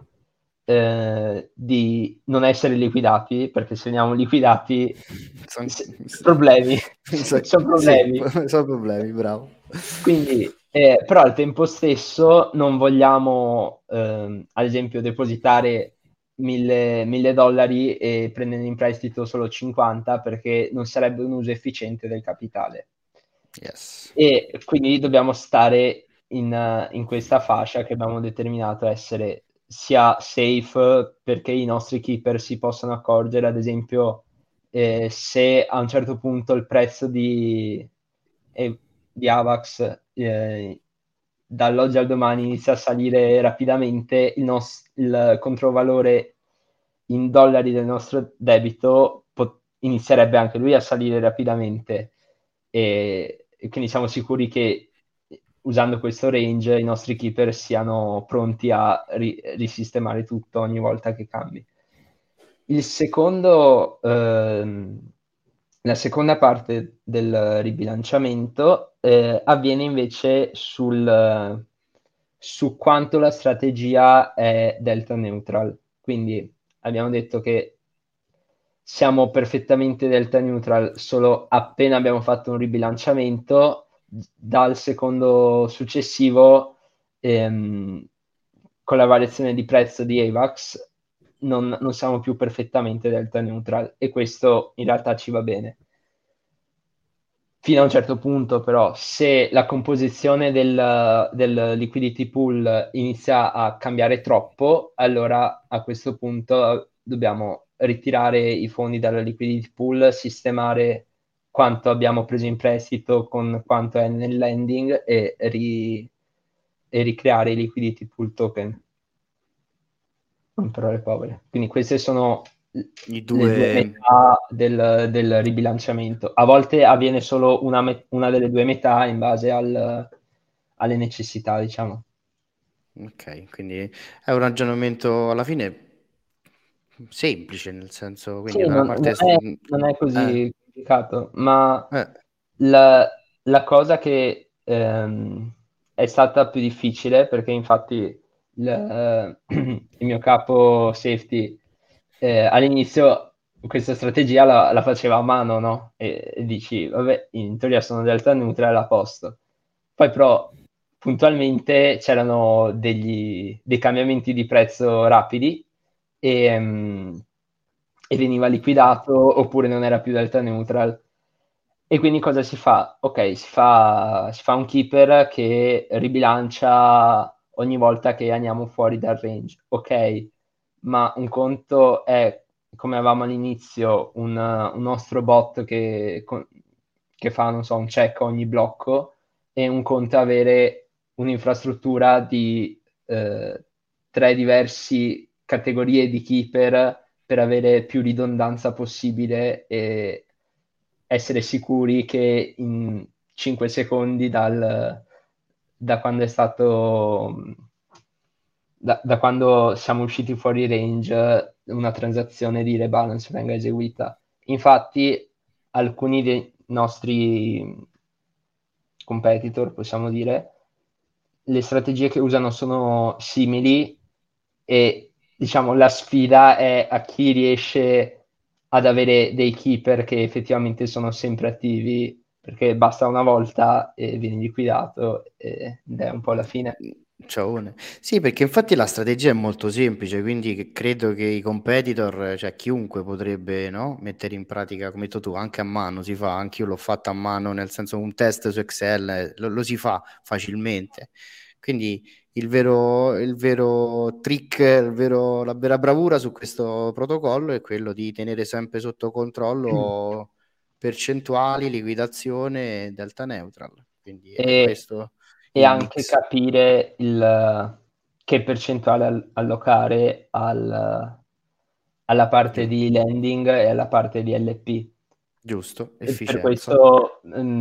di non essere liquidati, perché se veniamo liquidati, Son- problemi, sono Sì, problemi. sono problemi, bravo. Quindi, però al tempo stesso non vogliamo, ad esempio, depositare 1000 dollari e prendere in prestito solo 50 perché non sarebbe un uso efficiente del capitale. Yes. E quindi dobbiamo stare in questa fascia che abbiamo determinato essere sia safe perché i nostri keeper si possano accorgere, ad esempio, se a un certo punto il prezzo di Avax dall'oggi al domani inizia a salire rapidamente, il controvalore in dollari del nostro debito inizierebbe anche lui a salire rapidamente e quindi siamo sicuri che usando questo range i nostri keeper siano pronti a risistemare tutto ogni volta che cambi. Il secondo, la seconda parte del ribilanciamento avviene invece su quanto la strategia è delta neutral. Quindi abbiamo detto che siamo perfettamente delta neutral solo appena abbiamo fatto un ribilanciamento. Dal secondo successivo, con la variazione di prezzo di AVAX, non siamo più perfettamente delta neutral, e questo in realtà ci va bene. Fino a un certo punto, però, se la composizione del liquidity pool inizia a cambiare troppo, allora a questo punto dobbiamo ritirare i fondi dalla liquidity pool, sistemare quanto abbiamo preso in prestito con quanto è nel lending e ricreare i liquidity pool token, in parole povere. Quindi queste sono I le due due... metà del ribilanciamento. A volte avviene solo una delle due metà in base alle necessità, diciamo. Ok, quindi è un ragionamento alla fine semplice, nel senso, quindi Sì, da una parte... non è così complicato, ma eh, la, la cosa che è stata più difficile, perché infatti il mio capo safety all'inizio questa strategia la faceva a mano, no? E dici, vabbè, in teoria sono delta neutrale a posto. Poi però puntualmente c'erano dei cambiamenti di prezzo rapidi e, e veniva liquidato oppure non era più delta neutral. E quindi cosa si fa? Ok, si fa un keeper che ribilancia ogni volta che andiamo fuori dal range. Ok, ma un conto è, come avevamo all'inizio, un nostro bot che fa, non so, un check a ogni blocco, e un conto è avere un'infrastruttura di tre diverse categorie di keeper per avere più ridondanza possibile e essere sicuri che in 5 secondi da quando è stato da quando siamo usciti fuori range una transazione di rebalance venga eseguita. Infatti alcuni dei nostri competitor, possiamo dire, le strategie che usano sono simili, e diciamo la sfida è a chi riesce ad avere dei keeper che effettivamente sono sempre attivi, perché basta una volta e vieni liquidato ed è un po' la fine. Ciaone. Sì, perché infatti la strategia è molto semplice, quindi credo che i competitor, cioè chiunque potrebbe, no, mettere in pratica, come hai detto tu, anche a mano si fa, anche io l'ho fatto a mano, nel senso un test su Excel, lo si fa facilmente. Quindi il vero trick, la vera bravura su questo protocollo è quello di tenere sempre sotto controllo percentuali, liquidazione e delta neutral. Quindi è E, questo e il anche mix. capire che percentuale allocare alla parte Giu- di lending e alla parte di LP. Giusto, E per efficienza. questo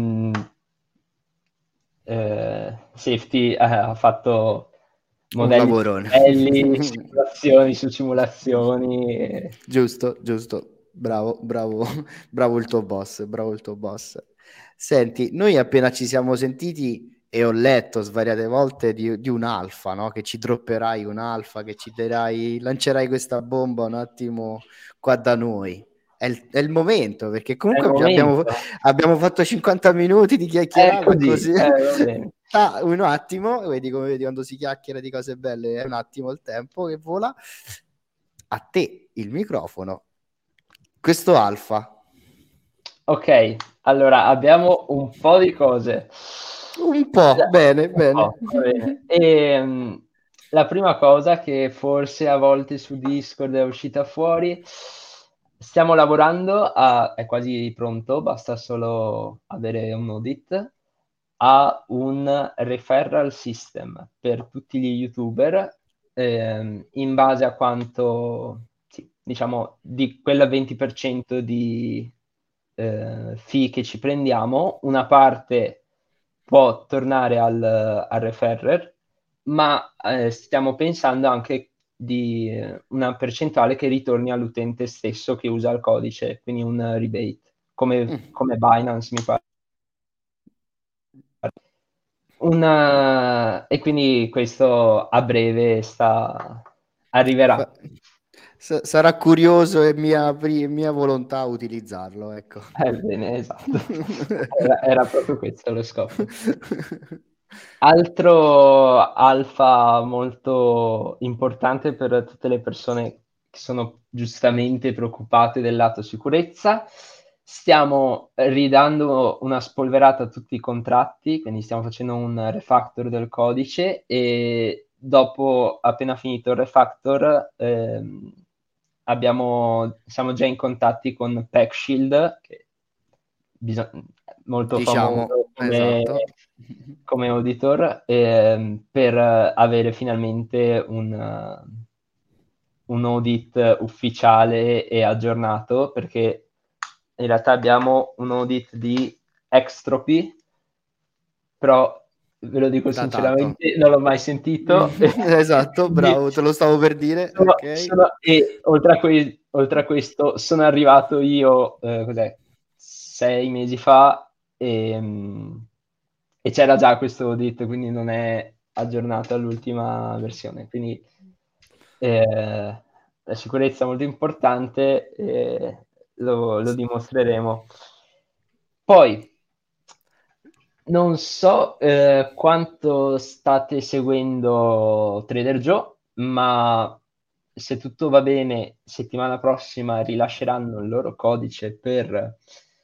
Safety ha fatto Un modelli su lavorone. modelli, simulazioni su simulazioni. Giusto, giusto. Bravo, bravo, bravo il tuo boss, bravo il tuo boss. Senti, noi appena ci siamo sentiti e ho letto svariate volte di un alfa, no? Che ci dropperai un alfa, che ci darai, lancerai questa bomba un attimo qua da noi. È il momento, perché È il comunque momento. abbiamo fatto 50 minuti di È chiacchierata così, così. va bene. Un attimo, vedi come vedi quando si chiacchiera di cose belle, è un attimo il tempo che vola. A te il microfono. Questo alfa, Ok, allora abbiamo un po' di cose. un po', bene, Un bene. po', va bene. La prima cosa che forse a volte su Discord è uscita fuori, stiamo lavorando è quasi pronto, basta solo avere un audit, a un referral system per tutti gli YouTuber, in base a quanto, sì, diciamo, di quella 20% di fee che ci prendiamo, una parte può tornare al referrer, ma stiamo pensando anche di una percentuale che ritorni all'utente stesso che usa il codice, quindi un rebate, Mm. come Binance mi pare. E quindi questo a breve arriverà. Sarà curioso e mia volontà utilizzarlo, ecco. Bene, esatto. Era proprio questo lo scopo. Altro alfa molto importante per tutte le persone che sono giustamente preoccupate del lato sicurezza, stiamo ridando una spolverata a tutti i contratti, quindi stiamo facendo un refactor del codice e dopo, appena finito il refactor, siamo già in contatti con PackShield, che molto Diciamo, famoso esatto. come auditor, per avere finalmente un audit ufficiale e aggiornato, perché in realtà abbiamo un audit di Extropy, però ve lo dico Datato. sinceramente, non l'ho mai sentito. Esatto, Quindi bravo, te lo stavo per dire, ok. e oltre a questo sono arrivato io, cos'è, 6 mesi fa e c'era già questo audit, quindi non è aggiornato all'ultima versione. Quindi la sicurezza è molto importante e lo dimostreremo. Poi, non so quanto state seguendo Trader Joe, ma se tutto va bene, settimana prossima rilasceranno il loro codice per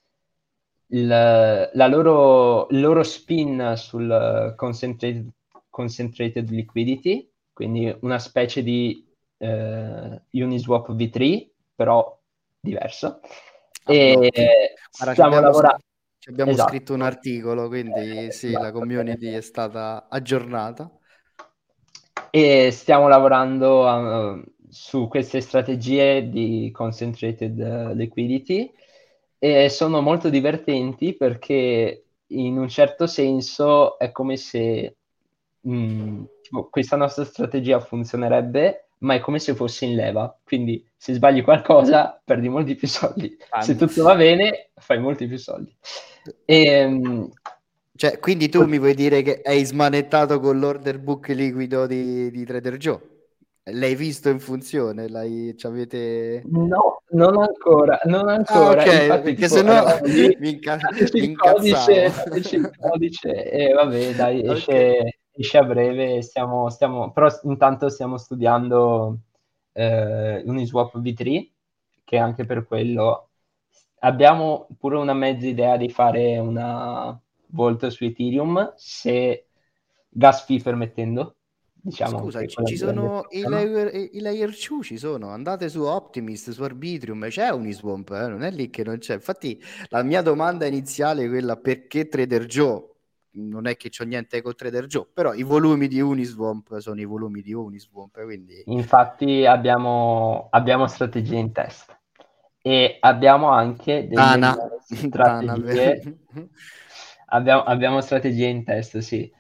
il loro spin sul concentrated liquidity, quindi una specie di Uniswap V3, però diverso. A E blocchi. Guarda, stiamo lavorando. ci abbiamo scritto un Esatto. articolo, quindi sì, la Esatto, community è stata aggiornata. e stiamo lavorando su queste strategie di concentrated liquidity e sono molto divertenti perché in un certo senso è come se tipo, questa nostra strategia funzionerebbe, ma è come se fosse in leva. Quindi se sbagli qualcosa perdi molti più soldi. Se Tanto. tutto va bene fai molti più soldi. E, Cioè, quindi tu mi vuoi dire che hai smanettato con l'order book liquido di Trader Joe? L'hai visto in funzione? C'avete... no, non ancora, non Ah, ancora. ok, Infatti, perché tipo, sennò eravamo lì, mi incazzavo. dateci il codice e vabbè, dai, Ok. esce a breve. Però intanto stiamo studiando Uniswap V3, che anche per quello abbiamo pure una mezza idea di fare una Volt su Ethereum, se gas fee permettendo. Diciamo Scusa, che quello è ci il grande sono problema. i layer 2, ci sono. Andate su Optimist, su Arbitrium, c'è Uniswap, non è lì che non c'è. Infatti, la mia domanda iniziale è quella perché Trader Joe? Non è che c'ho niente con Trader Joe, però i volumi di Uniswap sono i volumi di Uniswap, quindi... Infatti abbiamo strategie in testa e abbiamo anche delle Tana, nuove Tana, strategie. Abbiamo strategie in testa, sì.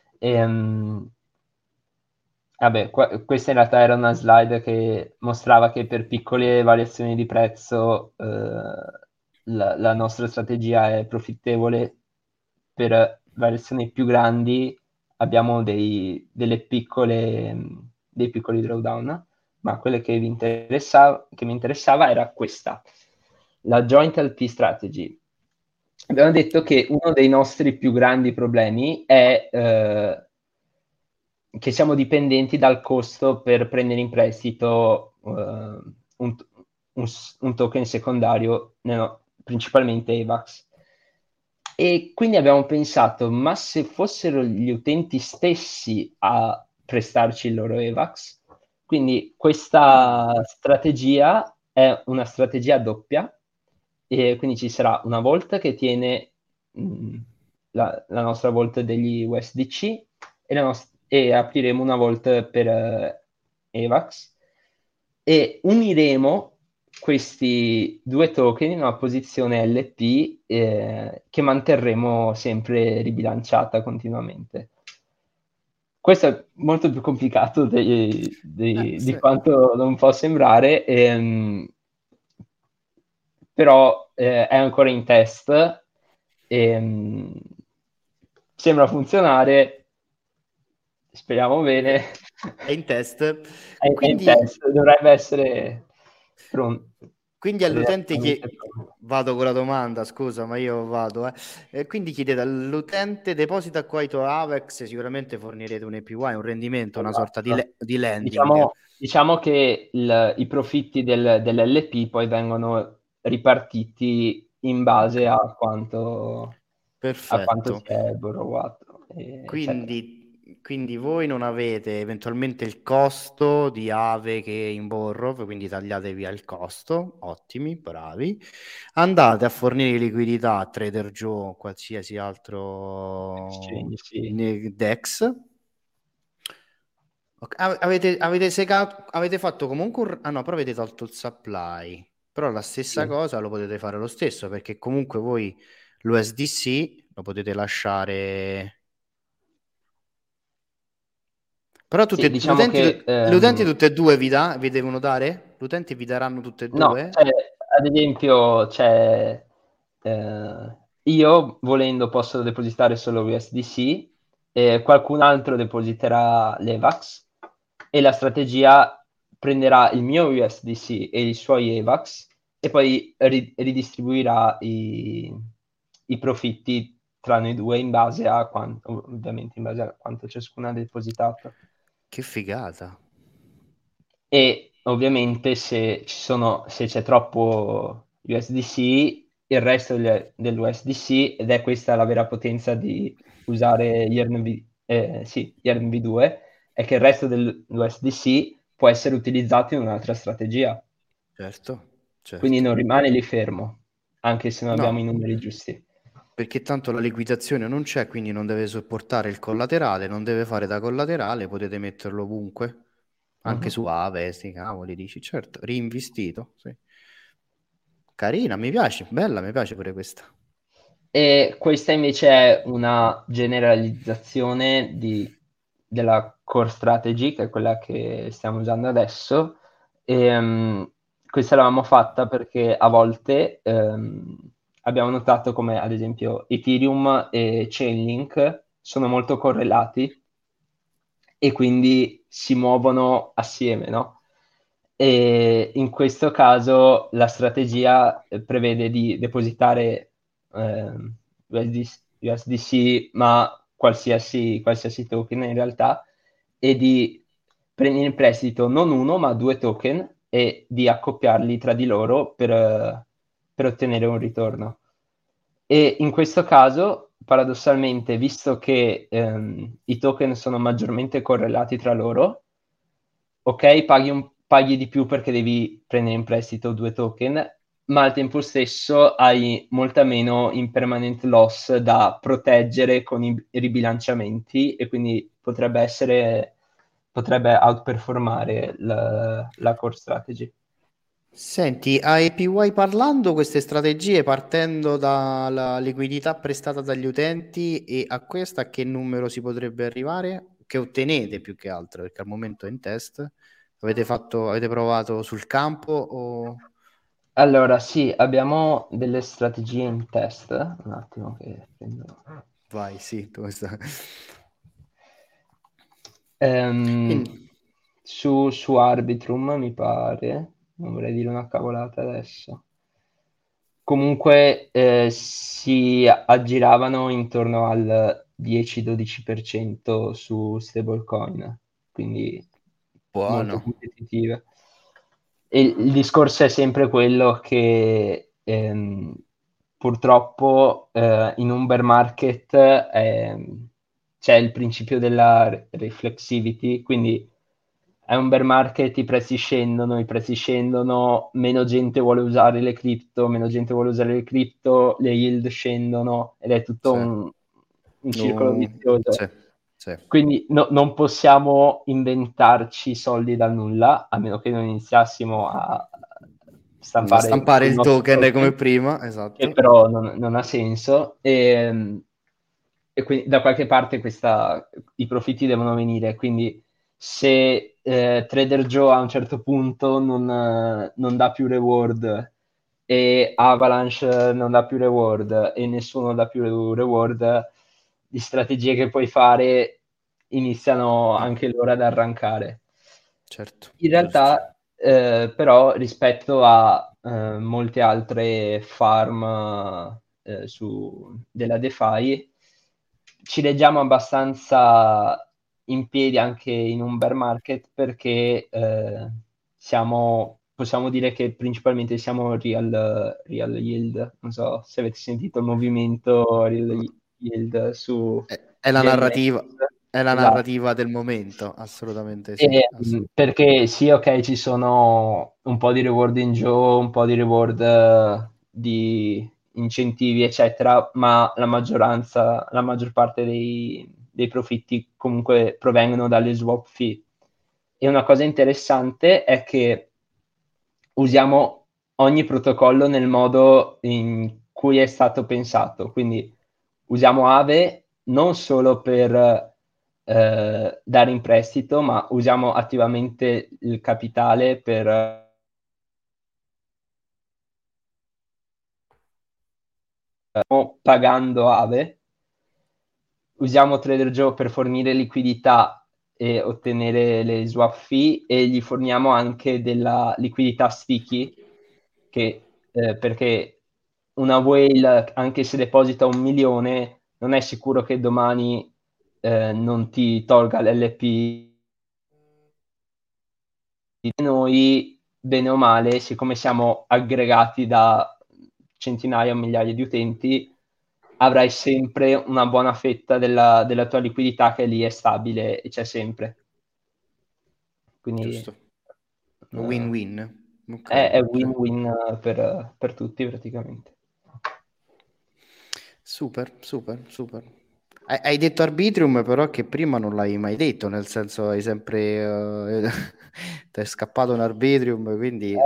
Vabbè, questa in realtà era una slide che mostrava che per piccole variazioni di prezzo la nostra strategia è profittevole, per variazioni più grandi abbiamo dei piccoli drawdown, ma quella che mi interessava era questa, la Joint LP Strategy. Abbiamo detto che uno dei nostri più grandi problemi è che siamo dipendenti dal costo per prendere in prestito un token secondario, principalmente AVAX. E quindi abbiamo pensato, ma se fossero gli utenti stessi a prestarci il loro AVAX? Quindi questa strategia è una strategia doppia, e quindi ci sarà una volta che tiene la nostra vault degli USDC e apriremo una vault per AVAX e uniremo questi due token in una posizione LP che manterremo sempre ribilanciata continuamente. Questo è molto più complicato di sì. quanto non può sembrare, però è ancora in test. Sembra funzionare, speriamo bene. È in test. È in Quindi test, dovrebbe essere. Pronto. Quindi all'utente Relativamente pronto. vado con la domanda, scusa, ma io vado. Quindi chiedete all'utente deposita qua i tuoi Avex, sicuramente fornirete un APY, un rendimento, una sorta di, Esatto. di lending. Diciamo che i profitti dell'LP poi vengono ripartiti in Ok, base a quanto si perfetto. è borrowato, eccetera. Quindi voi non avete eventualmente il costo di Ave che è in borro, quindi tagliate via il costo, ottimi, bravi. Andate a fornire liquidità a Trader Joe o qualsiasi altro Exchange, sì. DEX. Ok, avete segato, avete fatto comunque ah no, però avete tolto il supply. Però la stessa Sì. cosa lo potete fare lo stesso, perché comunque voi l'USDC lo potete lasciare. Però Sì, diciamo che le utenti tutte e due vi devono dare? Gli utenti vi daranno tutte e no, due? cioè, ad esempio, io volendo posso depositare solo USDC, qualcun altro depositerà l'EVAX e la strategia prenderà il mio USDC e i suoi EVAX e poi ridistribuirà i profitti tra noi due in base a quanto, ovviamente in base a quanto ciascuno ha depositato. Che figata. E ovviamente se c'è troppo USDC, il resto dell'USDC, ed è questa la vera potenza di usare YERN-V2, è che il resto dell'USDC può essere utilizzato in un'altra strategia. Certo, Quindi certo. non rimane lì fermo, anche se non abbiamo i No, numeri giusti. perché tanto la liquidazione non c'è, quindi non deve sopportare il collaterale, non deve fare da collaterale, potete metterlo ovunque, anche Mhm. su Aave, sti cavoli, dici, certo, reinvestito, sì. Carina, mi piace, bella, mi piace pure questa. E questa invece è una generalizzazione della core strategy, che è quella che stiamo usando adesso. E, questa l'avevamo fatta perché a volte abbiamo notato come ad esempio Ethereum e Chainlink sono molto correlati e quindi si muovono assieme, no? E in questo caso la strategia prevede di depositare USDC, ma qualsiasi token in realtà, e di prendere in prestito non uno, ma due token e di accoppiarli tra di loro per ottenere un ritorno. E in questo caso, paradossalmente, visto che i token sono maggiormente correlati tra loro, ok, paghi di più perché devi prendere in prestito due token, ma al tempo stesso hai molta meno impermanent loss da proteggere con i ribilanciamenti e quindi potrebbe outperformare la core strategy. Senti, a APY parlando, queste strategie partendo dalla liquidità prestata dagli utenti e a questa a che numero si potrebbe arrivare? Che ottenete più che altro, perché al momento è in test. Avete provato sul campo o... Allora, sì, abbiamo delle strategie in test. Un attimo che prendo. Vai, sì, questa. Ehm, Quindi, su Arbitrum, mi pare, non vorrei dire una cavolata adesso. Comunque si aggiravano intorno al 10-12% su stablecoin, quindi molto buono. competitive. E il discorso è sempre quello che purtroppo in un bear market c'è il principio della reflexivity, quindi è un bear market, i prezzi scendono, meno gente vuole usare le cripto, meno gente vuole usare le cripto, le yield scendono ed è tutto Sì. un circolo vizioso. Sì, sì. Quindi non possiamo inventarci soldi dal nulla, a meno che non iniziassimo a Da stampare stampare il il nostro token come token, prima, che esatto. però non ha senso. E quindi da qualche parte i profitti devono venire. Quindi se Trader Joe a un certo punto non dà più reward e Avalanche non dà più reward e nessuno dà più reward, di strategie che puoi fare iniziano Mm, anche loro ad arrancare. certo, In giusto. realtà però rispetto a molte altre farm della DeFi ci reggiamo abbastanza in piedi anche in un bear market perché possiamo dire che principalmente siamo real yield. Non so se avete sentito il movimento real yield su È la GMX. narrativa, è la Esatto. narrativa del momento, assolutamente sì. Perché sì, ok, ci sono un po' di reward in gioco, un po' di reward di incentivi, eccetera, ma la maggior parte dei profitti comunque provengono dalle swap fee. E una cosa interessante è che usiamo ogni protocollo nel modo in cui è stato pensato. Quindi usiamo Aave non solo per dare in prestito, ma usiamo attivamente il capitale per pagando Aave. Usiamo TraderJoe per fornire liquidità e ottenere le swap fee e gli forniamo anche della liquidità sticky perché una whale, anche se deposita 1 milione, non è sicuro che domani non ti tolga l'LP. Noi, bene o male, siccome siamo aggregati da centinaia o migliaia di utenti, avrai sempre una buona fetta della tua liquidità che lì è stabile e c'è sempre. Quindi Giusto. Win-win. Ok, è cioè, win-win per tutti praticamente. super, super, super. Hai detto Arbitrium, però che prima non l'hai mai detto, nel senso hai sempre... ti è scappato un Arbitrium, quindi...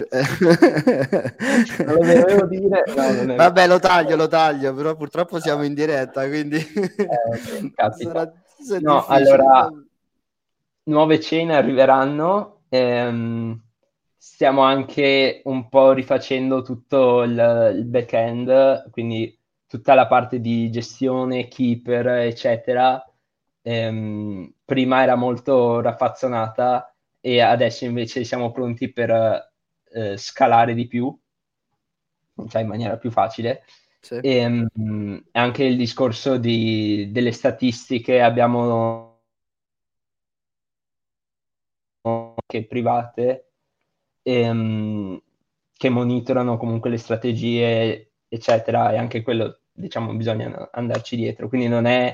Non lo dovevo dire, no, non è Vabbè, vero. lo taglio, però purtroppo siamo in diretta, quindi Capita. sarà No, difficile. allora, nuove chain arriveranno, stiamo anche un po' rifacendo tutto il back-end, quindi tutta la parte di gestione, keeper, eccetera. Prima era molto raffazzonata e adesso invece siamo pronti per scalare di più, cioè in maniera più facile. Sì. E anche il discorso delle statistiche abbiamo anche private che monitorano comunque le strategie, eccetera, e anche quello, diciamo, bisogna andarci dietro. Quindi non è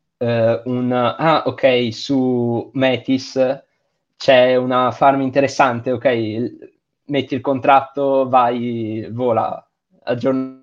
ok, su Metis c'è una farm interessante, ok, metti il contratto, vai, vola, aggiorna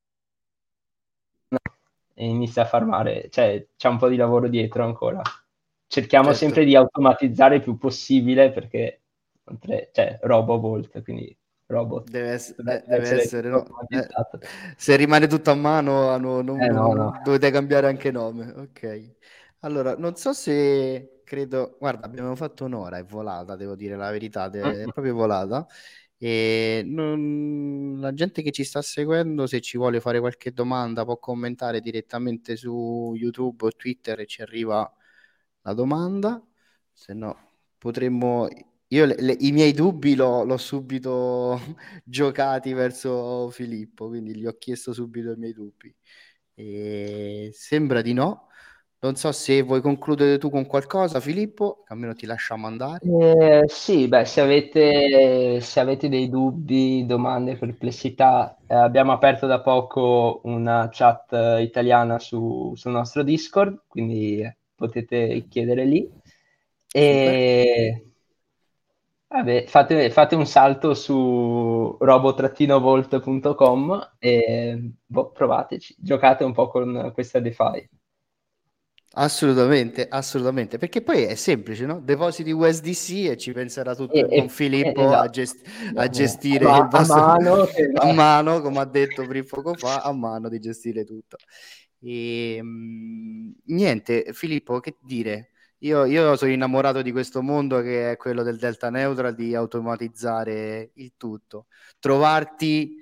e inizia a farmare, cioè c'è un po' di lavoro dietro ancora. Cerchiamo Certo. sempre di automatizzare il più possibile perché cioè RoboVault, quindi robot dovrebbe Deve essere essere, tutto no. automatizzato. Se rimane tutto a mano, No, no. dovete cambiare anche nome. Ok. Allora, non so se credo. Guarda, abbiamo fatto un'ora, è volata, devo dire la verità, è Mm-mm. proprio volata. E la gente che ci sta seguendo, se ci vuole fare qualche domanda, può commentare direttamente su YouTube o Twitter e ci arriva la domanda. Se no, potremmo. Io i miei dubbi l'ho subito giocati verso Filippo, quindi gli ho chiesto subito i miei dubbi. E sembra di no. Non so se vuoi concludere tu con qualcosa, Filippo, almeno ti lasciamo andare. Sì, beh, se avete dei dubbi, domande, perplessità, abbiamo aperto da poco una chat italiana sul nostro Discord, quindi potete chiedere lì. Super. E vabbè, fate un salto su robo-volt.com e provateci, giocate un po' con questa DeFi. Assolutamente, assolutamente, perché poi è semplice, no? Depositi USDC e ci penserà tutto il buon Filippo Esatto. a Esatto. gestire il A vostro mano, a esatto. mano, come ha detto prima poco fa, a mano di gestire tutto. E, niente, Filippo, che dire? Io sono innamorato di questo mondo che è quello del delta neutral, di automatizzare il tutto. Trovarti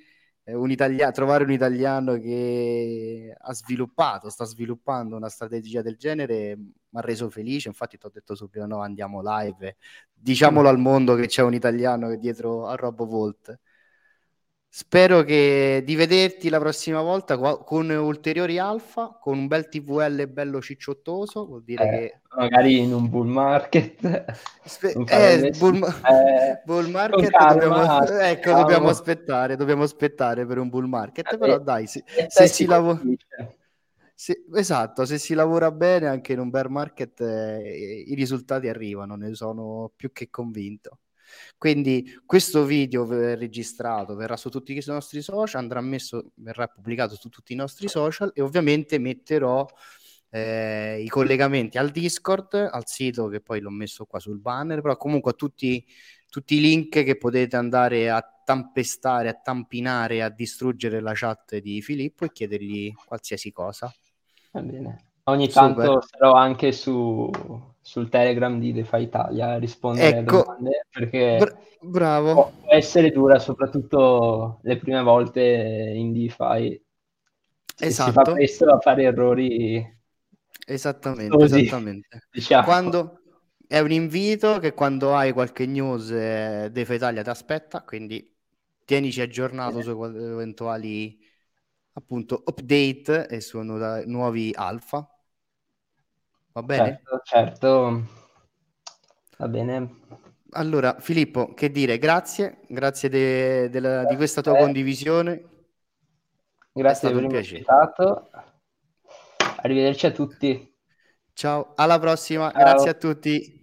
trovare un italiano che sta sviluppando una strategia del genere mi ha reso felice. Infatti, ti ho detto subito: no, andiamo live, diciamolo al mondo che c'è un italiano che è dietro a RoboVolt. Spero di vederti la prossima volta con ulteriori alfa, con un bel TVL bello cicciottoso. Vuol dire che magari in un bull market, non fare bull con market calma, ecco, aspettiamo. dobbiamo aspettare per un bull market, però Vabbè, dai, se e si si lavora, colpisce. esatto, se si lavora bene anche in un bear market, i risultati arrivano, ne sono più che convinto. Quindi questo video registrato verrà su tutti i nostri social, verrà pubblicato su tutti i nostri social e ovviamente metterò i collegamenti al Discord, al sito che poi l'ho messo qua sul banner, però comunque a tutti i link che potete andare a tampestare, a tampinare, a distruggere la chat di Filippo e chiedergli qualsiasi cosa. Va bene. Ogni Super. tanto sarò anche sul Telegram di DeFi Italia a rispondere a Ecco, domande, perché bravo. può essere dura, soprattutto le prime volte in DeFi. Si fa Esatto. presto a fare errori Esattamente, costosi, esattamente. diciamo. Quando è un invito che quando hai qualche news DeFi Italia ti aspetta, quindi tienici aggiornato Bene. su eventuali appunto update e su nuovi alfa. Va bene? Certo, certo. Va bene. Allora, Filippo, che dire, grazie di Grazie questa a tua te. condivisione, è Grazie di stato un avermi piacere. ospitato. Arrivederci a tutti. Ciao, alla prossima, grazie a Ciao. tutti.